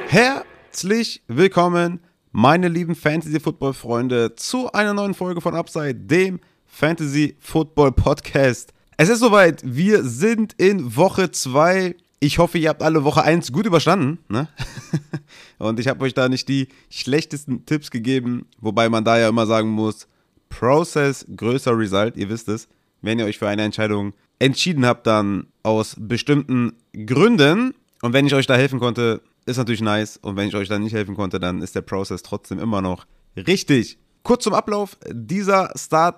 Herzlich willkommen, meine lieben Fantasy-Football-Freunde, zu einer neuen Folge von Upside, dem Fantasy-Football-Podcast. Es ist soweit, wir sind in Woche 2. Ich hoffe, ihr habt alle Woche 1 gut überstanden, ne? Und ich habe euch da nicht die schlechtesten Tipps gegeben, wobei man da ja immer sagen muss, Process größer Result, ihr wisst es. Wenn ihr euch für eine Entscheidung entschieden habt, dann aus bestimmten Gründen. Und wenn ich euch da helfen konnte, ist natürlich nice. Und wenn ich euch da nicht helfen konnte, dann ist der Process trotzdem immer noch richtig. Kurz zum Ablauf dieser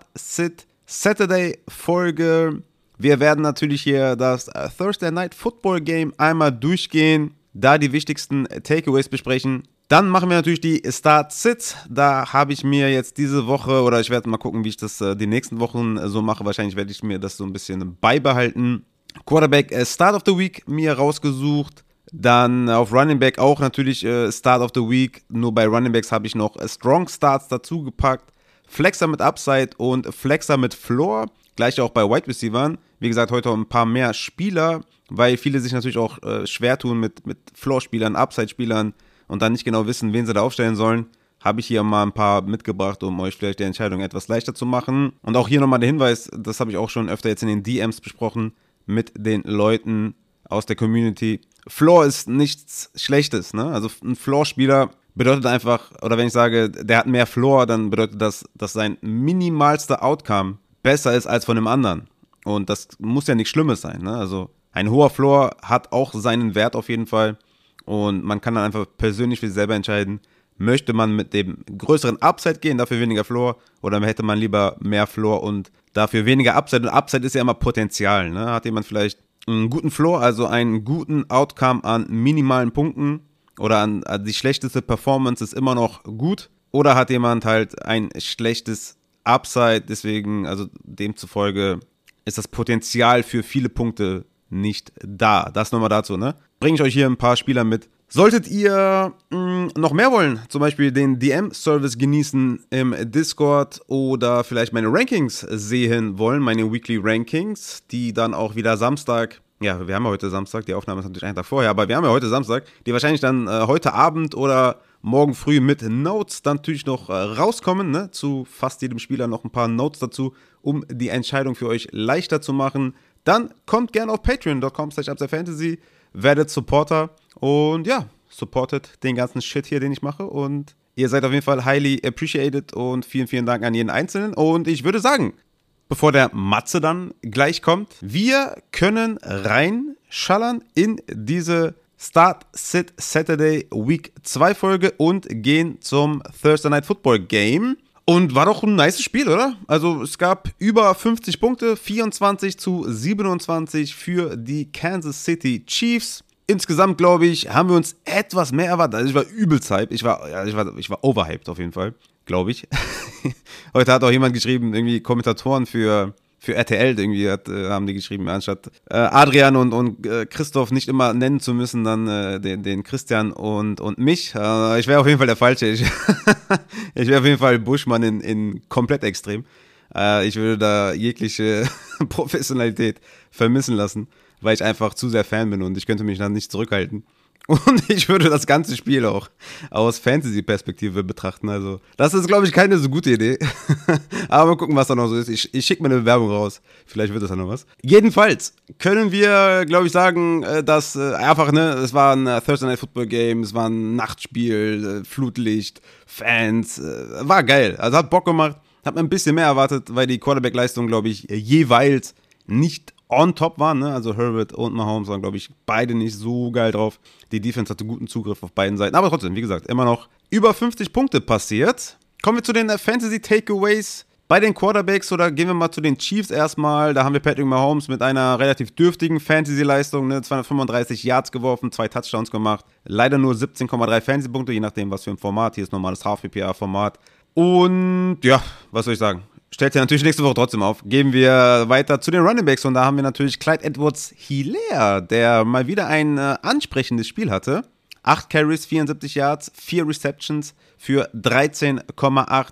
Start-Sit-Saturday-Folge. Wir werden natürlich hier das Thursday Night Football Game einmal durchgehen, da die wichtigsten Takeaways besprechen. Dann machen wir natürlich die Start-Sits. Da habe ich mir jetzt diese Woche, oder ich werde mal gucken, wie ich das die nächsten Wochen so mache. Wahrscheinlich werde ich mir das so ein bisschen beibehalten. Quarterback Start of the Week mir rausgesucht. Dann auf Running Back auch natürlich Start of the Week. Nur bei Running Backs habe ich noch Strong Starts dazu gepackt. Flexer mit Upside und Flexer mit Floor. Gleich auch bei Wide Receivern. Wie gesagt, heute auch ein paar mehr Spieler, weil viele sich natürlich auch schwer tun mit Floor-Spielern, Upside-Spielern und dann nicht genau wissen, wen sie da aufstellen sollen. Habe ich hier mal ein paar mitgebracht, um euch vielleicht die Entscheidung etwas leichter zu machen. Und auch hier nochmal der Hinweis, das habe ich auch schon öfter jetzt in den DMs besprochen, mit den Leuten aus der Community. Floor ist nichts Schlechtes, ne? Also ein Floor-Spieler bedeutet einfach, oder wenn ich sage, der hat mehr Floor, dann bedeutet das, dass sein minimalster Outcome besser ist als von dem anderen. Und das muss ja nichts Schlimmes sein, ne? Also ein hoher Floor hat auch seinen Wert auf jeden Fall. Und man kann dann einfach persönlich für sich selber entscheiden, möchte man mit dem größeren Upside gehen, dafür weniger Floor, oder hätte man lieber mehr Floor und dafür weniger Upside. Und Upside ist ja immer Potenzial, ne? Hat jemand vielleicht einen guten Floor, also einen guten Outcome an minimalen Punkten oder an die schlechteste Performance ist immer noch gut, oder hat jemand halt ein schlechtes Upside, deswegen, also demzufolge ist das Potenzial für viele Punkte nicht da. Das nochmal dazu, ne? Bringe ich euch hier ein paar Spieler mit. Solltet ihr noch mehr wollen, zum Beispiel den DM-Service genießen im Discord oder vielleicht meine Rankings sehen wollen, meine Weekly Rankings, die dann auch wieder Samstag, ja, wir haben ja heute Samstag, die Aufnahme ist natürlich einen Tag vorher, aber wir haben ja heute Samstag, die wahrscheinlich dann heute Abend oder morgen früh mit Notes dann natürlich noch rauskommen, ne? Zu fast jedem Spieler noch ein paar Notes dazu, um die Entscheidung für euch leichter zu machen. Dann kommt gerne auf patreon.com/upsidefantasy, werdet Supporter und ja, supportet den ganzen Shit hier, den ich mache, und ihr seid auf jeden Fall highly appreciated und vielen, vielen Dank an jeden Einzelnen. Und ich würde sagen, bevor der Matze dann gleich kommt, wir können reinschallern in diese Start-Sit-Saturday Week 2 Folge und gehen zum Thursday Night Football Game. Und war doch ein nice Spiel, oder? Also es gab über 50 Punkte, 24-27 für die Kansas City Chiefs. Insgesamt, glaube ich, haben wir uns etwas mehr erwartet. Also ich war übelst hyped. Ich war overhyped auf jeden Fall, glaube ich. Heute hat auch jemand geschrieben, irgendwie Kommentatoren für RTL irgendwie haben die geschrieben, anstatt Adrian und Christoph nicht immer nennen zu müssen, dann den Christian und mich. Ich wäre auf jeden Fall der Falsche. Ich wäre auf jeden Fall Buschmann in komplett extrem. Ich würde da jegliche Professionalität vermissen lassen, weil ich einfach zu sehr Fan bin und ich könnte mich dann nicht zurückhalten. Und ich würde das ganze Spiel auch aus Fantasy-Perspektive betrachten. Also, das ist, glaube ich, keine so gute Idee. Aber mal gucken, was da noch so ist. Ich schicke mir eine Bewerbung raus. Vielleicht wird das ja noch was. Jedenfalls können wir, glaube ich, sagen, dass einfach, ne, es war ein Thursday Night Football Game, es war ein Nachtspiel, Flutlicht, Fans, war geil. Also hat Bock gemacht, hat mir ein bisschen mehr erwartet, weil die Quarterback-Leistung, glaube ich, jeweils nicht on top waren, ne? Also Herbert und Mahomes waren, glaube ich, beide nicht so geil drauf. Die Defense hatte guten Zugriff auf beiden Seiten. Aber trotzdem, wie gesagt, immer noch über 50 Punkte passiert. Kommen wir zu den Fantasy-Takeaways bei den Quarterbacks, oder gehen wir mal zu den Chiefs erstmal. Da haben wir Patrick Mahomes mit einer relativ dürftigen Fantasy-Leistung, ne? 235 Yards geworfen, 2 Touchdowns gemacht. Leider nur 17,3 Fantasy-Punkte, je nachdem, was für ein Format. Hier ist normales Half-PPA-Format. Und ja, was soll ich sagen? Stellt ja natürlich nächste Woche trotzdem auf. Gehen wir weiter zu den Running Backs, und da haben wir natürlich Clyde Edwards-Helaire, der mal wieder ein ansprechendes Spiel hatte. 8 Carries, 74 Yards, 4 Receptions für 13,8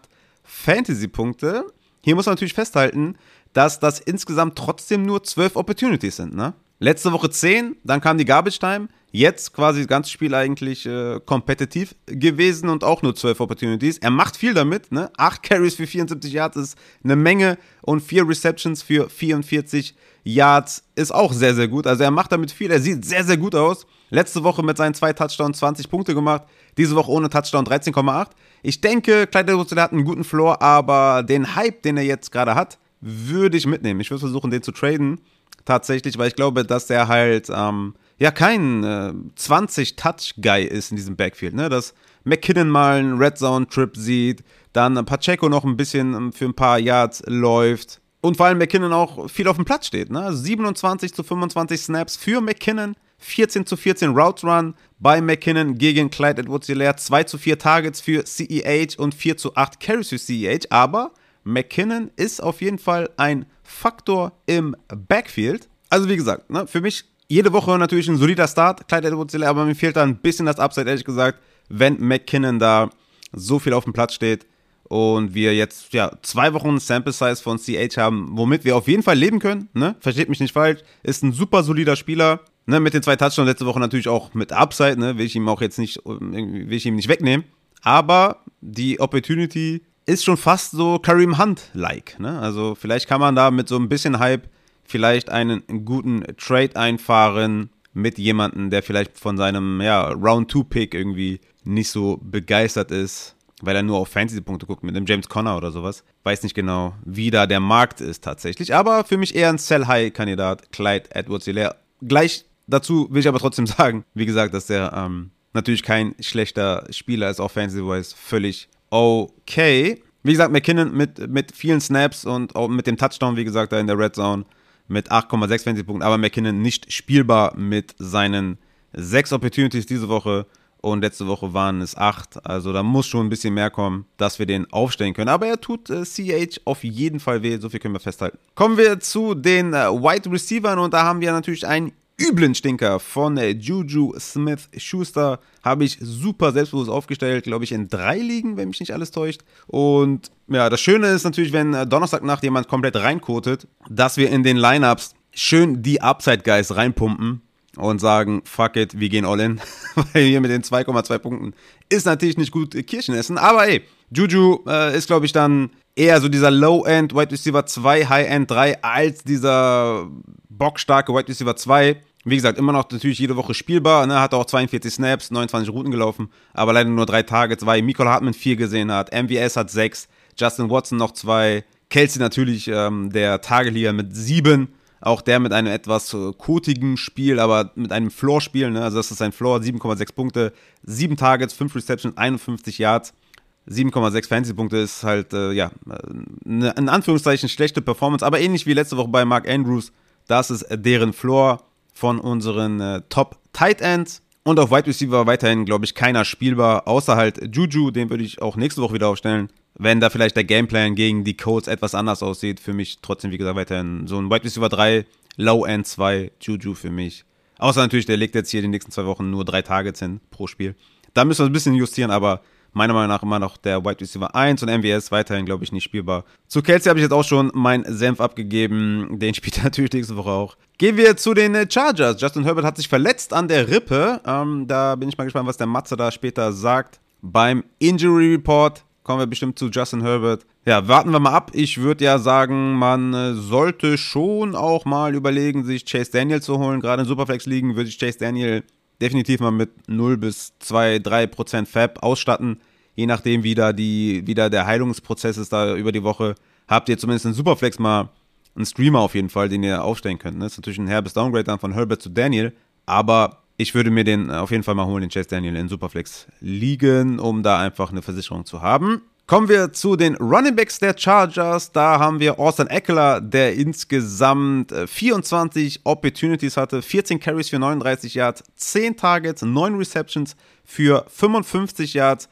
Fantasy-Punkte. Hier muss man natürlich festhalten, dass das insgesamt trotzdem nur 12 Opportunities sind, ne? Letzte Woche 10, dann kam die Garbage Time. Jetzt quasi das ganze Spiel eigentlich kompetitiv gewesen und auch nur 12 Opportunities. Er macht viel damit, ne? 8 Carries für 74 Yards ist eine Menge und 4 Receptions für 44 Yards ist auch sehr, sehr gut. Also er macht damit viel, er sieht sehr, sehr gut aus. Letzte Woche mit seinen 2 Touchdowns 20 Punkte gemacht, diese Woche ohne Touchdown 13,8. Ich denke, Clyde Edwards-Helaire hat einen guten Floor, aber den Hype, den er jetzt gerade hat, würde ich mitnehmen. Ich würde versuchen, den zu traden, tatsächlich, weil ich glaube, dass der halt, kein 20-Touch-Guy ist in diesem Backfield, ne? Dass McKinnon mal einen Red-Zone-Trip sieht, dann Pacheco noch ein bisschen für ein paar Yards läuft und vor allem McKinnon auch viel auf dem Platz steht, ne? Also 27 zu 25 Snaps für McKinnon, 14 zu 14 Routes Run bei McKinnon gegen Clyde Edwards-Helaire, 2 zu 4 Targets für CEH und 4 zu 8 Carries für CEH, aber McKinnon ist auf jeden Fall ein Faktor im Backfield. Also wie gesagt, ne, für mich jede Woche natürlich ein solider Start, Clyde Edwards-Helaire, aber mir fehlt da ein bisschen das Upside, ehrlich gesagt, wenn McKinnon da so viel auf dem Platz steht und wir jetzt 2 Wochen Sample Size von CH haben, womit wir auf jeden Fall leben können, ne? Versteht mich nicht falsch, ist ein super solider Spieler, ne? Mit den 2 Touchdowns letzte Woche natürlich auch mit Upside, ne? Will ich ihm nicht wegnehmen, aber die Opportunity ist schon fast so Kareem Hunt-like, ne? Also vielleicht kann man da mit so ein bisschen Hype vielleicht einen guten Trade einfahren mit jemandem, der vielleicht von seinem Round-2-Pick irgendwie nicht so begeistert ist, weil er nur auf Fantasy-Punkte guckt, mit einem James Conner oder sowas. Weiß nicht genau, wie da der Markt ist tatsächlich, aber für mich eher ein Sell-High-Kandidat, Clyde Edwards-Helaire. Gleich dazu will ich aber trotzdem sagen, wie gesagt, dass der natürlich kein schlechter Spieler ist, auch Fantasy-wise völlig okay. Wie gesagt, McKinnon mit vielen Snaps und auch mit dem Touchdown, wie gesagt, da in der Red Zone mit 8,6 Fantasy-Punkten, aber McKinnon nicht spielbar mit seinen 6 Opportunities diese Woche und letzte Woche waren es 8. Also da muss schon ein bisschen mehr kommen, dass wir den aufstellen können. Aber er tut CH auf jeden Fall weh, so viel können wir festhalten. Kommen wir zu den Wide Receivern und da haben wir natürlich einen üblen Stinker von Juju Smith-Schuster. Habe ich super selbstbewusst aufgestellt, glaube ich in 3 Ligen, wenn mich nicht alles täuscht. Und ja, das Schöne ist natürlich, wenn Donnerstagnacht jemand komplett reinkotet, dass wir in den Lineups schön die Upside-Guys reinpumpen und sagen, fuck it, wir gehen all in. Weil hier mit den 2,2 Punkten ist natürlich nicht gut Kirschen essen. Aber ey, Juju ist, glaube ich, dann eher so dieser Low-End Wide Receiver 2, High-End 3 als dieser bockstarke Wide Receiver 2. Wie gesagt, immer noch natürlich jede Woche spielbar, ne? Hat auch 42 Snaps, 29 Routen gelaufen, aber leider nur 3 Targets, weil Mecole Hardman 4 gesehen hat, MVS hat 6, Justin Watson noch 2, Kelce natürlich der Target-Leader mit 7, auch der mit einem etwas kotigen Spiel, aber mit einem Floor-Spiel, ne? Also das ist sein Floor, 7,6 Punkte, 7 Targets, 5 Receptions, 51 Yards, 7,6 Fantasy-Punkte ist halt, eine in Anführungszeichen schlechte Performance, aber ähnlich wie letzte Woche bei Mark Andrews, das ist deren Floor von unseren Top-Tight Ends. Und auf Wide Receiver weiterhin, glaube ich, keiner spielbar, außer halt Juju, den würde ich auch nächste Woche wieder aufstellen. Wenn da vielleicht der Gameplan gegen die Colts etwas anders aussieht, für mich trotzdem, wie gesagt, weiterhin so ein Wide Receiver 3, Low-End 2, Juju für mich. Außer natürlich, der legt jetzt hier die nächsten 2 Wochen nur 3 Targets hin pro Spiel. Da müssen wir ein bisschen justieren, aber meiner Meinung nach immer noch der Wide Receiver 1 und MVS weiterhin, glaube ich, nicht spielbar. Zu Kelce habe ich jetzt auch schon meinen Senf abgegeben. Den spielt er natürlich nächste Woche auch. Gehen wir zu den Chargers. Justin Herbert hat sich verletzt an der Rippe. Da bin ich mal gespannt, was der Matze da später sagt. Beim Injury Report kommen wir bestimmt zu Justin Herbert. Ja, warten wir mal ab. Ich würde ja sagen, man sollte schon auch mal überlegen, sich Chase Daniel zu holen. Gerade in Superflex-Ligen würde ich Chase Daniel definitiv mal mit 0 bis 2-3% Fab ausstatten. Je nachdem, wie da der Heilungsprozess ist da über die Woche, habt ihr zumindest in Superflex mal einen Streamer auf jeden Fall, den ihr aufstellen könnt. Das ist natürlich ein herbes Downgrade dann von Herbert zu Daniel, aber ich würde mir den auf jeden Fall mal holen, den Chase Daniel in Superflex liegen, um da einfach eine Versicherung zu haben. Kommen wir zu den Runningbacks der Chargers. Da haben wir Austin Ekeler, der insgesamt 24 Opportunities hatte, 14 Carries für 39 Yards, 10 Targets, 9 Receptions für 55 Yards,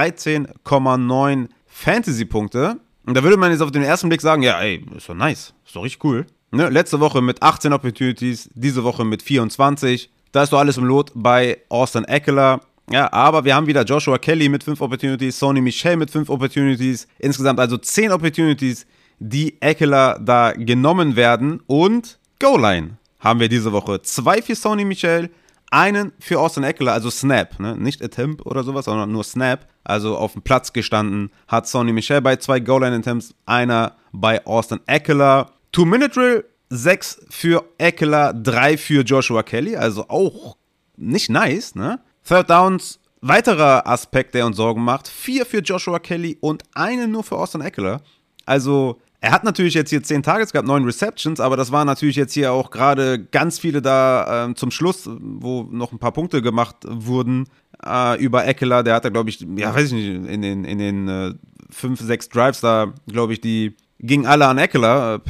13,9 Fantasy-Punkte. Und da würde man jetzt auf den ersten Blick sagen, ja, ey, ist doch nice, ist doch richtig cool. Ne? Letzte Woche mit 18 Opportunities, diese Woche mit 24. Da ist doch alles im Lot bei Austin Ekeler. Ja, aber wir haben wieder Joshua Kelly mit 5 Opportunities, Sony Michel mit 5 Opportunities. Insgesamt also 10 Opportunities, die Ekeler da genommen werden. Und Goal-Line. haben wir diese Woche 2 für Sony Michel, einen für Austin Ekeler, also Snap, ne? Nicht Attempt oder sowas, sondern nur Snap. Also auf dem Platz gestanden hat Sony Michel bei 2 Goal-Line-Attempts, einer bei Austin Ekeler. 2-Minute-Drill, 6 für Ekeler, 3 für Joshua Kelly, also auch nicht nice, ne? Third Downs, weiterer Aspekt, der uns Sorgen macht, 4 für Joshua Kelly und einen nur für Austin Ekeler. Also er hat natürlich jetzt hier 10 Targets gehabt, 9 Receptions, aber das waren natürlich jetzt hier auch gerade ganz viele da zum Schluss, wo noch ein paar Punkte gemacht wurden über Ekeler. Der hatte, glaube ich, ja, weiß ich nicht, in den 5, 6 Drives da, glaube ich, die gingen alle an Ekeler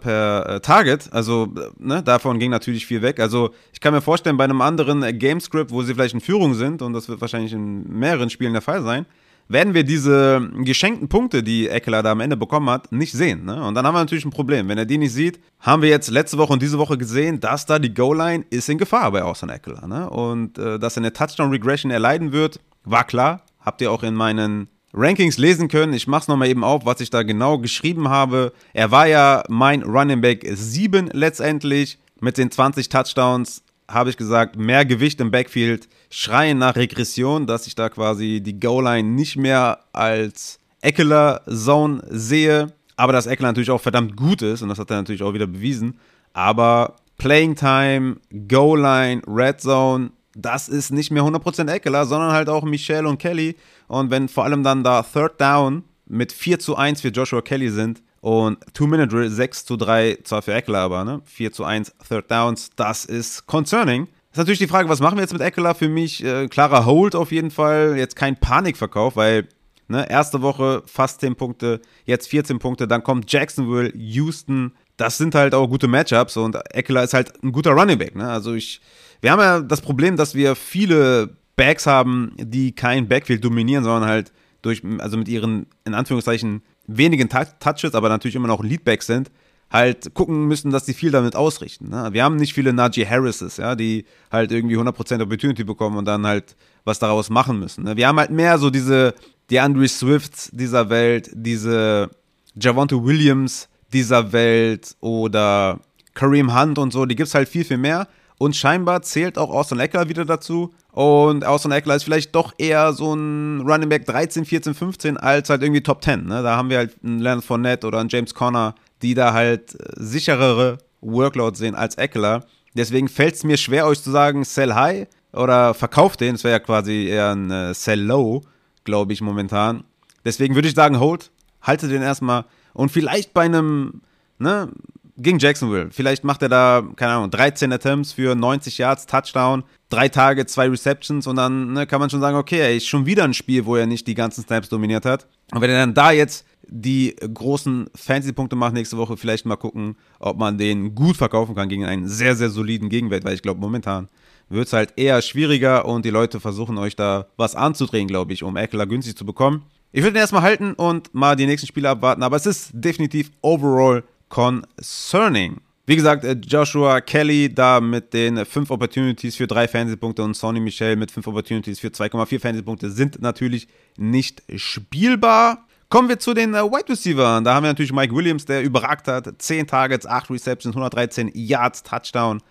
per Target. Also, ne, davon ging natürlich viel weg. Also, ich kann mir vorstellen, bei einem anderen Gamescript, wo sie vielleicht in Führung sind, und das wird wahrscheinlich in mehreren Spielen der Fall sein, werden wir diese geschenkten Punkte, die Ekeler da am Ende bekommen hat, nicht sehen. Ne? Und dann haben wir natürlich ein Problem. Wenn er die nicht sieht, haben wir jetzt letzte Woche und diese Woche gesehen, dass da die Goal-Line ist in Gefahr bei Austin Ekeler. Ne? Und dass er eine Touchdown-Regression erleiden wird, war klar. Habt ihr auch in meinen Rankings lesen können. Ich mach's nochmal eben auf, was ich da genau geschrieben habe. Er war ja mein Running Back 7 letztendlich. Mit den 20 Touchdowns habe ich gesagt, mehr Gewicht im Backfield, schreien nach Regression, dass ich da quasi die Goal-Line nicht mehr als Ekeler-Zone sehe, aber dass Ekeler natürlich auch verdammt gut ist und das hat er natürlich auch wieder bewiesen, aber Playing Time, Goal-Line, Red Zone, das ist nicht mehr 100% Ekeler, sondern halt auch Michel und Kelly und wenn vor allem dann da Third Down mit 4-1 für Joshua Kelly sind, und 2-Minute-Drill 6-3, zwar für Ekeler, aber ne, 4-1 Third Downs, das ist concerning. Ist natürlich die Frage, was machen wir jetzt mit Ekeler? Für mich klarer Hold auf jeden Fall, jetzt kein Panikverkauf, weil ne, erste Woche fast 10 Punkte, jetzt 14 Punkte, dann kommt Jacksonville, Houston, das sind halt auch gute Matchups und Ekeler ist halt ein guter Running Back. Ne? Also wir haben ja das Problem, dass wir viele Backs haben, die kein Backfield dominieren, sondern halt also mit ihren, in Anführungszeichen, wenigen Touches, aber natürlich immer noch Leadbacks sind, halt gucken müssen, dass die viel damit ausrichten. Ne? Wir haben nicht viele Najee Harrises, ja, die halt irgendwie 100% Opportunity bekommen und dann halt was daraus machen müssen. Ne? Wir haben halt mehr so diese DeAndre Swifts dieser Welt, diese Javonte Williams dieser Welt oder Kareem Hunt und so, die gibt's halt viel, viel mehr. Und scheinbar zählt auch Austin Ekeler wieder dazu. Und Austin Ekeler ist vielleicht doch eher so ein Running Back 13, 14, 15 als halt irgendwie Top 10. Ne? Da haben wir halt einen Leonard Fournette oder einen James Conner, die da halt sicherere Workloads sehen als Ekeler. Deswegen fällt es mir schwer, euch zu sagen, sell high oder verkauft den. Das wäre ja quasi eher ein sell low, glaube ich, momentan. Deswegen würde ich sagen, hold, haltet den erstmal. Und vielleicht bei einem, ne, gegen Jacksonville. Vielleicht macht er da, keine Ahnung, 13 Attempts für 90 Yards, Touchdown, 3 Targets, 2 Receptions und dann ne, kann man schon sagen, okay, ey, ist schon wieder ein Spiel, wo er nicht die ganzen Snaps dominiert hat. Und wenn er dann da jetzt die großen Fantasy-Punkte macht nächste Woche, vielleicht mal gucken, ob man den gut verkaufen kann gegen einen sehr, sehr soliden Gegenwert, weil ich glaube, momentan wird es halt eher schwieriger und die Leute versuchen euch da was anzudrehen, glaube ich, um Ekeler günstig zu bekommen. Ich würde den erstmal halten und mal die nächsten Spiele abwarten, aber es ist definitiv overall concerning. Wie gesagt, Joshua Kelly da mit den 5 Opportunities für 3 Fantasy-Punkte und Sony Michel mit 5 Opportunities für 2,4 Fantasy-Punkte sind natürlich nicht spielbar. Kommen wir zu den Wide Receivers. Da haben wir natürlich Mike Williams, der überragt hat. 10 Targets, 8 Receptions, 113 Yards, Touchdown,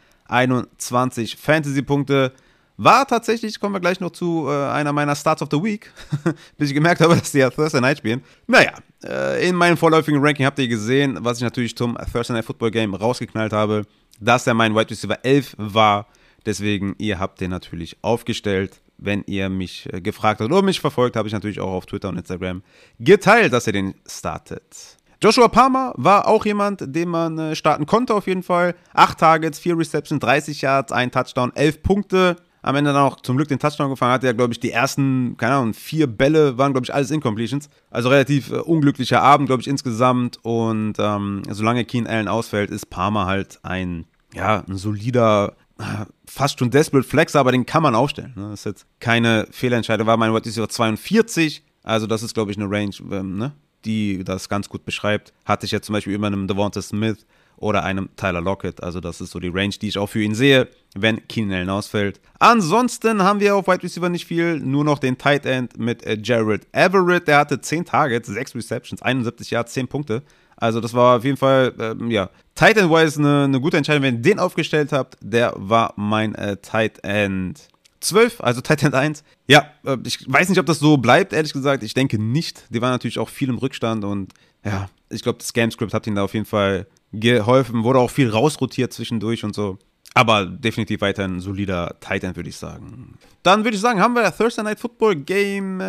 21 Fantasy-Punkte. War tatsächlich, kommen wir gleich noch zu einer meiner Starts of the Week, bis ich gemerkt habe, dass die ja Thursday Night spielen. Naja, in meinem vorläufigen Ranking habt ihr gesehen, was ich natürlich zum Thursday Night Football Game rausgeknallt habe, dass er mein Wide Receiver 11 war. Deswegen, ihr habt den natürlich aufgestellt. Wenn ihr mich gefragt habt oder mich verfolgt, habe ich natürlich auch auf Twitter und Instagram geteilt, dass ihr den startet. Joshua Palmer war auch jemand, den man starten konnte auf jeden Fall. 8 Targets, 4 Receptions, 30 Yards, 1 Touchdown, 11 Punkte. Am Ende dann auch zum Glück den Touchdown gefangen hat. Er, glaube ich, die ersten, keine Ahnung, 4 Bälle waren, glaube ich, alles Incompletions. Also relativ unglücklicher Abend, glaube ich, insgesamt. Und solange Keenan Allen ausfällt, ist Palmer halt ein solider, fast schon Desperate Flex, aber den kann man aufstellen. Ne? Das ist jetzt keine Fehlentscheidung. War mein Wide Receiver 42. Also das ist, glaube ich, eine Range, die das ganz gut beschreibt. Hatte ich jetzt zum Beispiel über einem Devonta Smith oder einem Tyler Lockett. Also das ist so die Range, die ich auch für ihn sehe, wenn Keenan Allen ausfällt. Ansonsten haben wir auf Wide Receiver nicht viel, nur noch den Tight End mit Gerald Everett. Der hatte 10 Targets, 6 Receptions, 71 Yards, 10 Punkte. Also das war auf jeden Fall, Tight End wise eine gute Entscheidung, wenn ihr den aufgestellt habt. Der war mein Tight End 12, also Tight End 1. Ja, ich weiß nicht, ob das so bleibt, ehrlich gesagt. Ich denke nicht. Die waren natürlich auch viel im Rückstand und ja, ich glaube, das Game-Script hat ihnen da auf jeden Fall geholfen. Wurde auch viel rausrotiert zwischendurch und so. Aber definitiv weiterhin ein solider Tight End, würde ich sagen. Dann würde ich sagen, haben wir das Thursday Night Football Game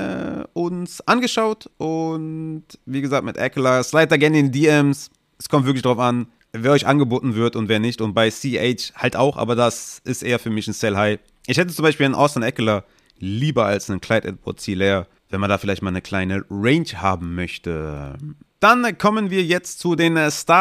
uns angeschaut. Und wie gesagt, mit Eckler, slide da gerne in die DMs. Es kommt wirklich drauf an, wer euch angeboten wird und wer nicht. Und bei CH halt auch, aber das ist eher für mich ein Sell High. Ich hätte zum Beispiel einen Austin Eckler lieber als einen Clyde Edwards-Helaire, wenn man da vielleicht mal eine kleine Range haben möchte. Dann kommen wir jetzt zu den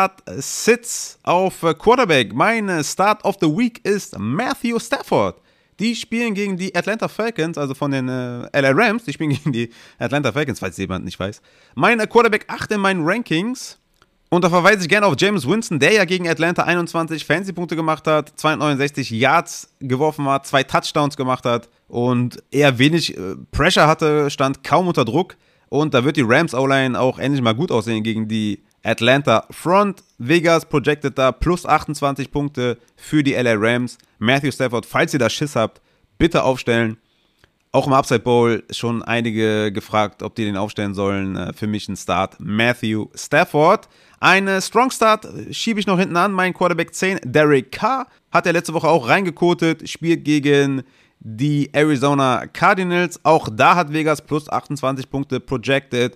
Start-Sits auf Quarterback. Mein Start of the Week ist Matthew Stafford. Die spielen gegen die Atlanta Falcons, also von den LA Rams. Die spielen gegen die Atlanta Falcons, falls jemand nicht weiß. Mein Quarterback 8 in meinen Rankings. Und da verweise ich gerne auf Jameis Winston, der ja gegen Atlanta 21 Fantasy-Punkte gemacht hat, 269 Yards geworfen hat, 2 Touchdowns gemacht hat und eher wenig Pressure hatte, stand kaum unter Druck. Und da wird die Rams O-Line auch endlich mal gut aussehen gegen die Atlanta Front. Vegas projected da plus 28 Punkte für die LA Rams. Matthew Stafford, falls ihr da Schiss habt, bitte aufstellen. Auch im Upside Bowl schon einige gefragt, ob die den aufstellen sollen. Für mich ein Start, Matthew Stafford. Eine Strong Start schiebe ich noch hinten an. Mein Quarterback 10, Derek Carr, hat er letzte Woche auch reingekotet. Spielt gegen die Arizona Cardinals. Auch da hat Vegas plus 28 Punkte projected.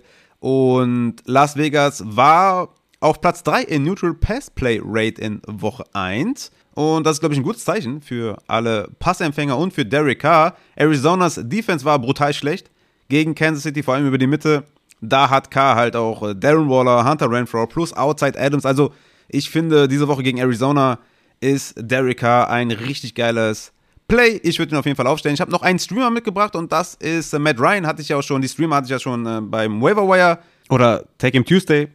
Und Las Vegas war auf Platz 3 in Neutral Pass Play Rate in Woche 1. Und das ist, glaube ich, ein gutes Zeichen für alle Passempfänger und für Derek Carr. Arizonas Defense war brutal schlecht gegen Kansas City, vor allem über die Mitte. Da hat Carr halt auch Darren Waller, Hunter Renfrow plus Outside Adams. Also ich finde, diese Woche gegen Arizona ist Derek Carr ein richtig geiles Play. Ich würde ihn auf jeden Fall aufstellen. Ich habe noch einen Streamer mitgebracht und das ist Matt Ryan. Die Streamer hatte ich ja schon beim Waiver Wire oder Take Him Tuesday.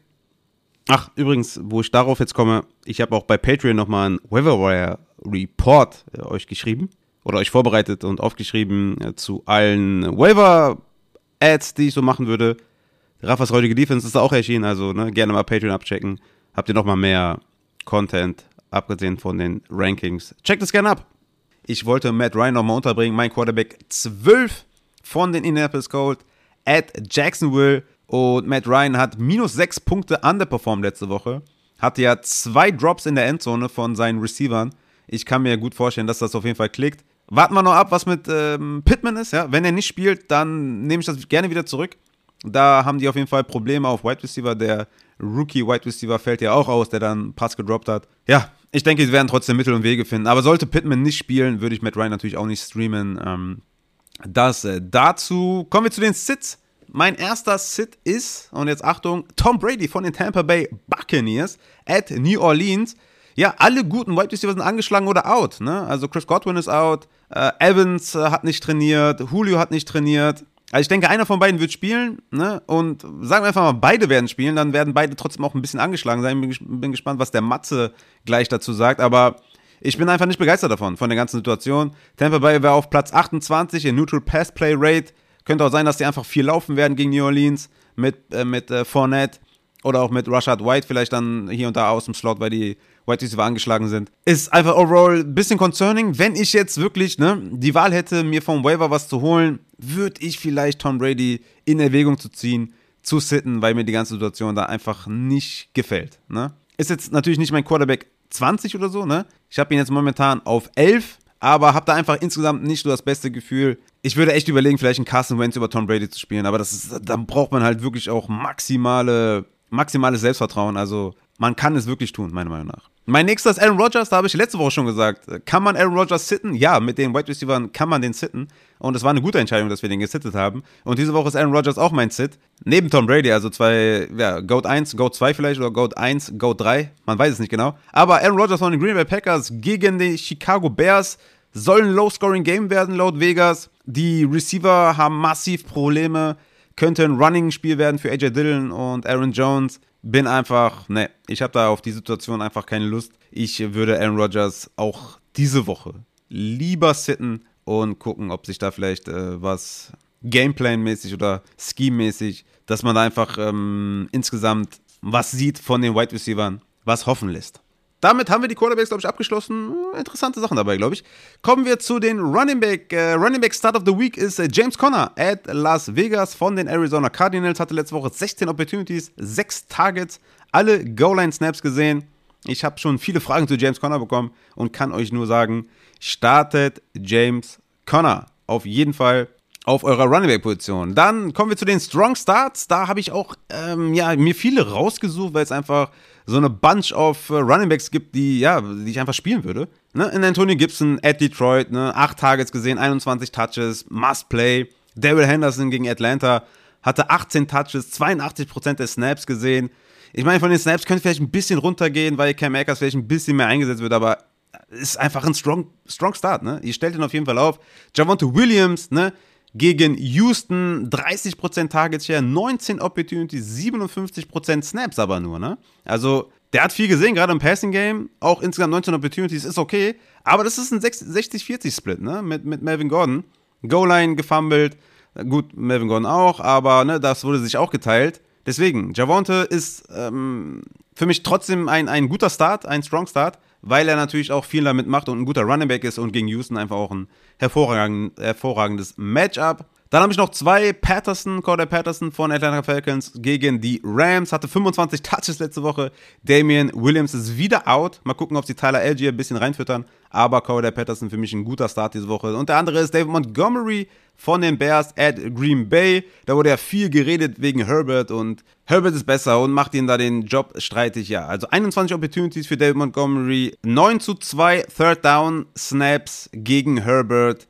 Ach, übrigens, wo ich darauf jetzt komme, ich habe auch bei Patreon nochmal einen Waiver Wire Report euch geschrieben oder euch vorbereitet und aufgeschrieben zu allen Waiver Ads, die ich so machen würde. Raffas räudige Defense ist auch erschienen, also gerne mal Patreon abchecken. Habt ihr nochmal mehr Content, abgesehen von den Rankings. Checkt es gerne ab. Ich wollte Matt Ryan nochmal unterbringen. Mein Quarterback 12 von den Indianapolis Colts at Jacksonville. Und Matt Ryan hat minus 6 Punkte underperformed letzte Woche. Hatte ja 2 Drops in der Endzone von seinen Receivern. Ich kann mir gut vorstellen, dass das auf jeden Fall klickt. Warten wir noch ab, was mit Pittman ist. Ja? Wenn er nicht spielt, dann nehme ich das gerne wieder zurück. Da haben die auf jeden Fall Probleme auf Wide Receiver. Der Rookie Wide Receiver fällt ja auch aus, der dann Pass gedroppt hat. Ja, ich denke, sie werden trotzdem Mittel und Wege finden. Aber sollte Pittman nicht spielen, würde ich Matt Ryan natürlich auch nicht streamen. Dazu kommen wir zu den Sits. Mein erster Sit ist, und jetzt Achtung, Tom Brady von den Tampa Bay Buccaneers at New Orleans. Ja, alle guten Wide Receiver sind angeschlagen oder out. Ne? Also Chris Godwin ist out, Evans hat nicht trainiert, Julio hat nicht trainiert. Also ich denke, einer von beiden wird spielen, ne? Und sagen wir einfach mal, beide werden spielen, dann werden beide trotzdem auch ein bisschen angeschlagen sein. Ich bin gespannt, was der Matze gleich dazu sagt, aber ich bin einfach nicht begeistert davon, von der ganzen Situation. Tampa Bay war auf Platz 28 in Neutral Pass Play Rate. Könnte auch sein, dass die einfach viel laufen werden gegen New Orleans mit Fournette oder auch mit Rashad White vielleicht dann hier und da aus dem Slot, weil die Wide Receiver angeschlagen sind. Ist einfach overall ein bisschen concerning. Wenn ich jetzt wirklich die Wahl hätte, mir vom Waiver was zu holen, würde ich vielleicht Tom Brady in Erwägung zu ziehen, zu sitten, weil mir die ganze Situation da einfach nicht gefällt. Ne? Ist jetzt natürlich nicht mein Quarterback 20 oder so. Ne? Ich habe ihn jetzt momentan auf 11, aber habe da einfach insgesamt nicht so das beste Gefühl. Ich würde echt überlegen, vielleicht einen Carson Wentz über Tom Brady zu spielen, aber dann braucht man halt wirklich auch maximales Selbstvertrauen. Also man kann es wirklich tun, meiner Meinung nach. Mein nächster ist Aaron Rodgers, da habe ich letzte Woche schon gesagt. Kann man Aaron Rodgers sitten? Ja, mit den Wide Receivers kann man den sitten. Und es war eine gute Entscheidung, dass wir den gesittet haben. Und diese Woche ist Aaron Rodgers auch mein Sit. Neben Tom Brady, also Goat 1, Goat 2 vielleicht oder Goat 1, Goat 3. Man weiß es nicht genau. Aber Aaron Rodgers von den Green Bay Packers gegen die Chicago Bears soll ein Low-Scoring-Game werden laut Vegas. Die Receiver haben massiv Probleme. Könnte ein Running-Spiel werden für AJ Dillon und Aaron Jones. Ich habe da auf die Situation einfach keine Lust. Ich würde Aaron Rodgers auch diese Woche lieber sitten und gucken, ob sich da vielleicht was Gameplan-mäßig oder Scheme-mäßig, dass man da einfach insgesamt was sieht von den Wide Receivern, was hoffen lässt. damit haben wir die Quarterbacks, glaube ich, abgeschlossen. Interessante Sachen dabei, glaube ich. Kommen wir zu den Running Back. Running Back Start of the Week ist James Conner at Las Vegas von den Arizona Cardinals. Hatte letzte Woche 16 Opportunities, 6 Targets, alle Goal-Line-Snaps gesehen. Ich habe schon viele Fragen zu James Conner bekommen und kann euch nur sagen, startet James Conner. Auf jeden Fall auf eurer Running Back Position. Dann kommen wir zu den Strong Starts. Da habe ich auch mir viele rausgesucht, weil es einfach so eine Bunch of Running Backs gibt, die ich einfach spielen würde. Ne? In Antonio Gibson at Detroit, 8 Targets gesehen, 21 Touches, Must Play. Darrell Henderson gegen Atlanta hatte 18 Touches, 82% der Snaps gesehen. Ich meine, von den Snaps könnte vielleicht ein bisschen runtergehen, weil Cam Akers vielleicht ein bisschen mehr eingesetzt wird, aber ist einfach ein strong Start. Ne? Ihr stellt ihn auf jeden Fall auf. Javonte Williams, ne? Gegen Houston, 30% Target Share, 19 Opportunities, 57% Snaps aber nur, ne? Also, der hat viel gesehen, gerade im Passing Game, auch insgesamt 19 Opportunities, ist okay, aber das ist ein 60-40-Split, ne? Mit Melvin Gordon. Goal-Line gefumbled, gut, Melvin Gordon auch, aber ne, das wurde sich auch geteilt. Deswegen, Javonte ist für mich trotzdem ein guter Start, ein Strong Start, weil er natürlich auch viel damit macht und ein guter Running Back ist und gegen Houston einfach auch ein hervorragendes Matchup. Dann habe ich noch 2 Cordell Patterson von Atlanta Falcons gegen die Rams, hatte 25 Touches letzte Woche. Damian Williams ist wieder out. Mal gucken, ob sie Tyler Algier ein bisschen reinfüttern. Aber Cordell Patterson für mich ein guter Start diese Woche. Und der andere ist David Montgomery von den Bears at Green Bay. Da wurde ja viel geredet wegen Herbert und Herbert ist besser und macht ihnen da den Job streitig. Ja, also 21 Opportunities für David Montgomery, 9-2 Third Down Snaps gegen Herbert,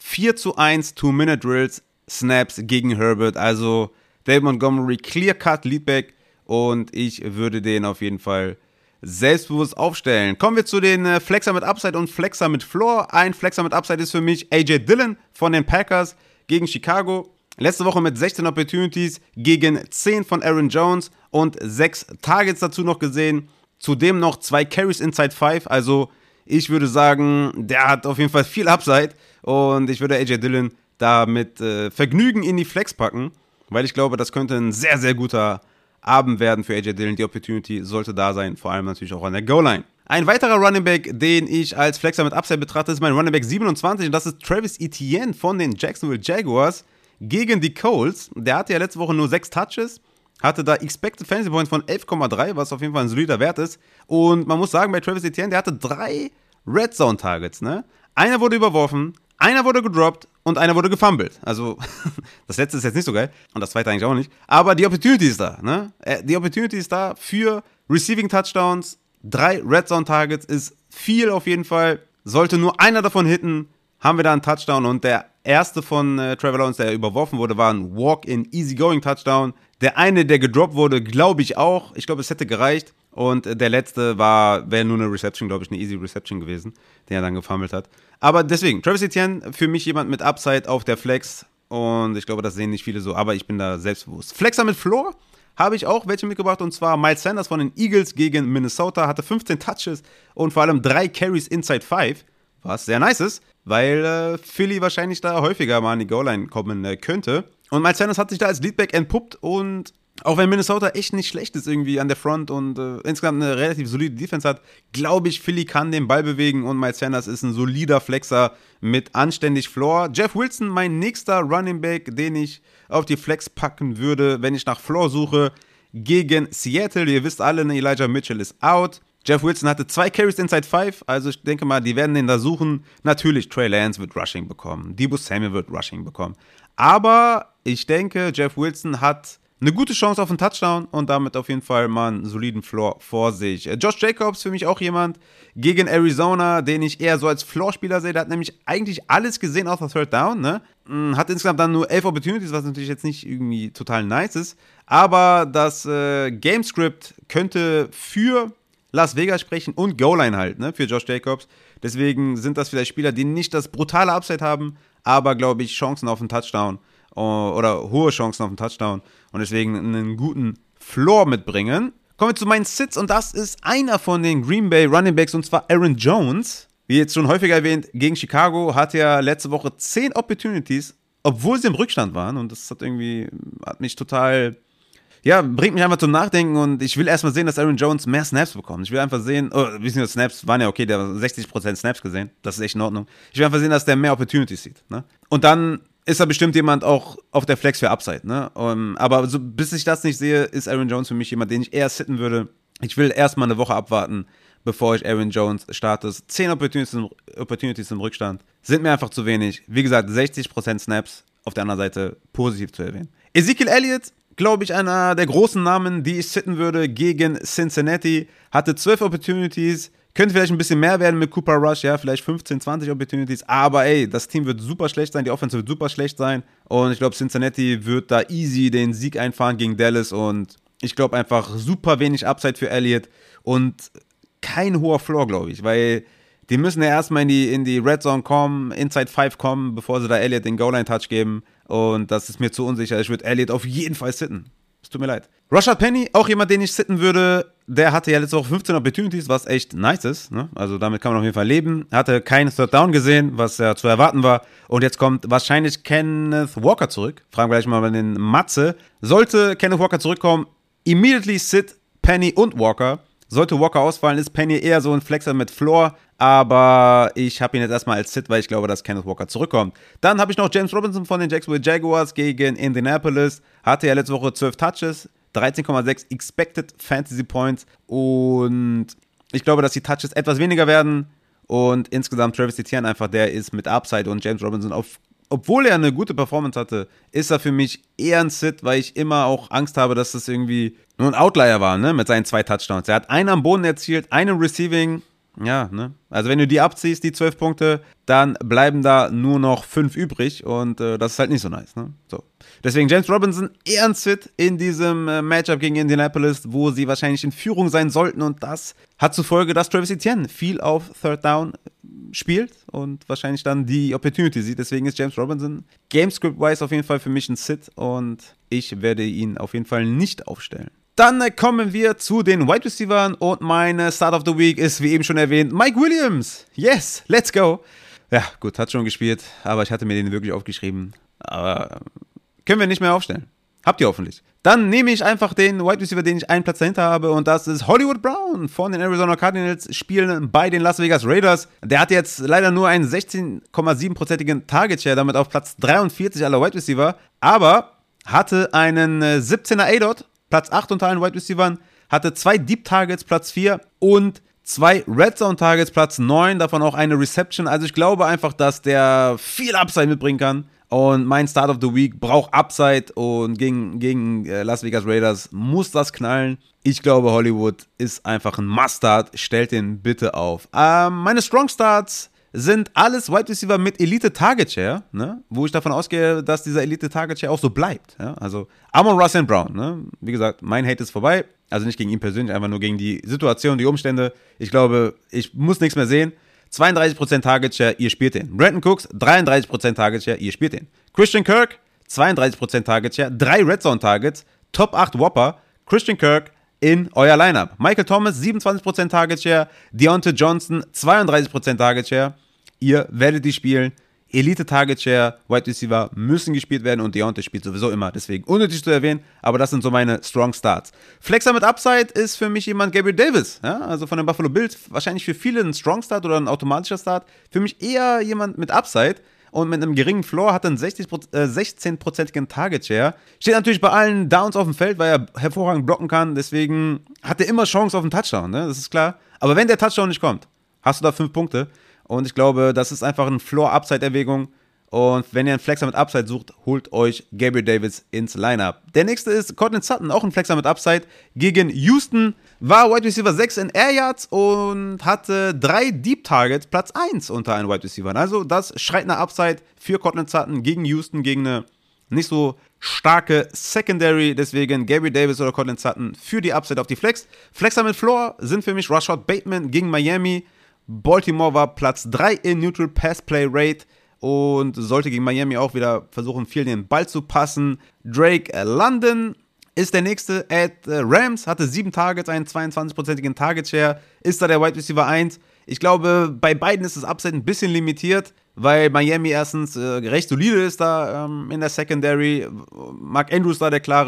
4-1 Two-Minute Drills Snaps gegen Herbert. Also David Montgomery Clear-Cut Leadback und ich würde den auf jeden Fall selbstbewusst aufstellen. Kommen wir zu den Flexer mit Upside und Flexer mit Floor. Ein Flexer mit Upside ist für mich AJ Dillon von den Packers gegen Chicago. Letzte Woche mit 16 Opportunities gegen 10 von Aaron Jones und 6 Targets dazu noch gesehen. Zudem noch 2 Carries inside 5. Also ich würde sagen, der hat auf jeden Fall viel Upside und ich würde AJ Dillon da mit Vergnügen in die Flex packen, weil ich glaube, das könnte ein sehr, sehr guter Abend werden für AJ Dillon. Die Opportunity sollte da sein, vor allem natürlich auch an der Goal-Line. Ein weiterer Running Back, den ich als Flexer mit Upside betrachte, ist mein Running Back 27 und das ist Travis Etienne von den Jacksonville Jaguars gegen die Colts. Der hatte ja letzte Woche nur 6 Touches, hatte da Expected Fantasy Points von 11,3, was auf jeden Fall ein solider Wert ist. Und man muss sagen, bei Travis Etienne, der hatte 3 Red Zone Targets, ne? Einer wurde überworfen, einer wurde gedroppt und einer wurde gefumbled. Also, das letzte ist jetzt nicht so geil und das zweite eigentlich auch nicht. Aber die Opportunity ist da, ne? Die Opportunity ist da für Receiving Touchdowns. 3 Red Zone Targets ist viel auf jeden Fall. Sollte nur einer davon hitten, haben wir da einen Touchdown. Und der erste von Trevor Lawrence, der überworfen wurde, war ein Walk-in Easy-Going Touchdown. Der eine, der gedroppt wurde, glaube ich auch. Ich glaube, es hätte gereicht. Und der letzte wäre nur eine Reception, glaube ich, eine Easy Reception gewesen, den er dann gefummelt hat. Aber deswegen, Travis Etienne, für mich jemand mit Upside auf der Flex. Und ich glaube, das sehen nicht viele so, aber ich bin da selbstbewusst. Flexer mit Floor habe ich auch welche mitgebracht, und zwar Miles Sanders von den Eagles gegen Minnesota, hatte 15 Touches und vor allem 3 Carries inside 5, was sehr nice ist, weil Philly wahrscheinlich da häufiger mal an die Goal-Line kommen könnte. Und Miles Sanders hat sich da als Leadback entpuppt und auch wenn Minnesota echt nicht schlecht ist irgendwie an der Front und insgesamt eine relativ solide Defense hat, glaube ich, Philly kann den Ball bewegen und Miles Sanders ist ein solider Flexer mit anständig Floor. Jeff Wilson, mein nächster Running Back, den ich auf die Flex packen würde, wenn ich nach Floor suche, gegen Seattle. Ihr wisst alle, Elijah Mitchell ist out. Jeff Wilson hatte 2 Carries inside 5, also ich denke mal, die werden den da suchen. Natürlich, Trey Lance wird Rushing bekommen, Deebo Samuel wird Rushing bekommen. Aber ich denke, Jeff Wilson hat eine gute Chance auf einen Touchdown und damit auf jeden Fall mal einen soliden Floor vor sich. Josh Jacobs für mich auch jemand gegen Arizona, den ich eher so als Floor-Spieler sehe. Der hat nämlich eigentlich alles gesehen außer Third Down, ne? Hat insgesamt dann nur 11 Opportunities, was natürlich jetzt nicht irgendwie total nice ist. Aber das Gamescript könnte für Las Vegas sprechen und Goal-Line halt, ne? Für Josh Jacobs. Deswegen sind das vielleicht Spieler, die nicht das brutale Upside haben, aber, glaube ich, Chancen auf einen Touchdown oder hohe Chancen auf einen Touchdown und deswegen einen guten Floor mitbringen. Kommen wir zu meinen Sits und das ist einer von den Green Bay Running Backs und zwar Aaron Jones. Wie jetzt schon häufiger erwähnt, gegen Chicago hat er letzte Woche 10 Opportunities, obwohl sie im Rückstand waren und das hat mich total ja, bringt mich einfach zum Nachdenken und ich will erstmal sehen, dass Aaron Jones mehr Snaps bekommt. Ich will einfach sehen, Snaps waren ja okay, der hat 60% Snaps gesehen, das ist echt in Ordnung. Ich will einfach sehen, dass der mehr Opportunities sieht, ne? Und dann ist da bestimmt jemand auch auf der Flex für Upside, ne? Aber bis ich das nicht sehe, ist Aaron Jones für mich jemand, den ich eher sitten würde. Ich will erstmal eine Woche abwarten, bevor ich Aaron Jones starte. 10 Opportunities im Rückstand sind mir einfach zu wenig. Wie gesagt, 60% Snaps auf der anderen Seite positiv zu erwähnen. Ezekiel Elliott, glaube ich, einer der großen Namen, die ich sitten würde gegen Cincinnati. Hatte 12 Opportunities. Könnte vielleicht ein bisschen mehr werden mit Cooper Rush, ja, vielleicht 15, 20 Opportunities. Aber ey, das Team wird super schlecht sein, die Offense wird super schlecht sein. Und ich glaube, Cincinnati wird da easy den Sieg einfahren gegen Dallas. Und ich glaube einfach super wenig Upside für Elliott. Und kein hoher Floor, glaube ich, weil die müssen ja erstmal in die Red Zone kommen, Inside 5 kommen, bevor sie da Elliott den Goal-Line-Touch geben. Und das ist mir zu unsicher. Ich würde Elliott auf jeden Fall sitten. Es tut mir leid. Rashad Penny, auch jemand, den ich sitten würde. Der hatte ja letzte Woche 15 Opportunities, was echt nice ist, ne? Also damit kann man auf jeden Fall leben. Hatte keinen Third Down gesehen, was ja zu erwarten war. Und jetzt kommt wahrscheinlich Kenneth Walker zurück. Fragen wir gleich mal den Matze. Sollte Kenneth Walker zurückkommen, immediately sit Penny und Walker. Sollte Walker ausfallen, ist Penny eher so ein Flexer mit Floor, aber ich habe ihn jetzt erstmal als Sit, weil ich glaube, dass Kenneth Walker zurückkommt. Dann habe ich noch James Robinson von den Jacksonville Jaguars gegen Indianapolis. Hatte ja letzte Woche 12 Touches, 13,6 Expected Fantasy Points und ich glaube, dass die Touches etwas weniger werden und insgesamt Travis Etienne einfach der ist mit Upside und James Robinson obwohl er eine gute Performance hatte, ist er für mich eher ein Sit, weil ich immer auch Angst habe, dass das irgendwie nur ein Outlier war, ne, mit seinen 2 Touchdowns. Er hat einen am Boden erzielt, einen Receiving, ja, ne. Also wenn du die abziehst, die 12 Punkte, dann bleiben da nur noch 5 übrig und das ist halt nicht so nice, ne. So. Deswegen James Robinson eher ein Sit in diesem Matchup gegen Indianapolis, wo sie wahrscheinlich in Führung sein sollten und das hat zur Folge, dass Travis Etienne viel auf Third Down spielt und wahrscheinlich dann die Opportunity sieht. Deswegen ist James Robinson Gamescript-wise auf jeden Fall für mich ein Sit und ich werde ihn auf jeden Fall nicht aufstellen. Dann kommen wir zu den Wide Receivers und meine Start of the Week ist, wie eben schon erwähnt, Mike Williams. Yes, let's go. Ja, gut, hat schon gespielt, aber ich hatte mir den wirklich aufgeschrieben. Aber können wir nicht mehr aufstellen. Habt ihr hoffentlich. Dann nehme ich einfach den Wide Receiver, den ich einen Platz dahinter habe und das ist Hollywood Brown von den Arizona Cardinals, spielen bei den Las Vegas Raiders. Der hat jetzt leider nur einen 16,7%igen Target Share, damit auf Platz 43 aller Wide Receiver, aber hatte einen 17er A-Dot, Platz 8 unter allen Wide Receivern, hatte 2 Deep Targets, Platz 4 und 2 Red Zone Targets, Platz 9, davon auch eine Reception. Also ich glaube einfach, dass der viel Upside mitbringen kann. Und mein Start of the Week braucht Upside und gegen Las Vegas Raiders muss das knallen. Ich glaube, Hollywood ist einfach ein Must-Start. Stellt den bitte auf. Meine Strong Starts sind alles Wide Receiver mit Elite Target Share, ne? Wo ich davon ausgehe, dass dieser Elite Target Share auch so bleibt. Ja? Also Amon-Ra St. Brown. Ne? Wie gesagt, mein Hate ist vorbei. Also nicht gegen ihn persönlich, einfach nur gegen die Situation, die Umstände. Ich glaube, ich muss nichts mehr sehen. 32% Target Share, ihr spielt den. Brandon Cooks, 33% Target Share, ihr spielt den. Christian Kirk, 32% Target Share, 3 Red Zone Targets, Top 8 Whopper, Christian Kirk in euer Lineup. Michael Thomas, 27% Target Share, Deontay Johnson, 32% Target Share, ihr werdet die spielen. Elite Target Share, Wide Receiver müssen gespielt werden und Deontay spielt sowieso immer, deswegen unnötig zu erwähnen, aber das sind so meine Strong Starts. Flexer mit Upside ist für mich jemand Gabriel Davis, ja? Also von den Buffalo Bills, wahrscheinlich für viele ein Strong Start oder ein automatischer Start, für mich eher jemand mit Upside und mit einem geringen Floor, hat einen 16%igen Target Share, steht natürlich bei allen Downs auf dem Feld, weil er hervorragend blocken kann, deswegen hat er immer Chance auf einen Touchdown, ne? Das ist klar, aber wenn der Touchdown nicht kommt, hast du da 5 Punkte. Und ich glaube, das ist einfach eine Floor-Upside-Erwägung. Und wenn ihr einen Flexer mit Upside sucht, holt euch Gabriel Davis ins Lineup. Der nächste ist Courtland Sutton, auch ein Flexer mit Upside. Gegen Houston war Wide Receiver 6 in Air Yards und hatte 3 Deep Targets, Platz 1 unter allen Wide Receivern. Also das schreit nach Upside für Courtland Sutton gegen Houston, gegen eine nicht so starke Secondary. Deswegen Gabriel Davis oder Courtland Sutton für die Upside auf die Flex. Flexer mit Floor sind für mich Rashad Bateman gegen Miami. Baltimore war Platz 3 in Neutral Pass Play Rate und sollte gegen Miami auch wieder versuchen, viel den Ball zu passen. Drake London ist der nächste at Rams, hatte 7 Targets, einen 22%igen Target Share, ist da der Wide Receiver 1. Ich glaube, bei beiden ist das Upside ein bisschen limitiert, weil Miami erstens recht solide ist da in der Secondary. Mark Andrews da der klare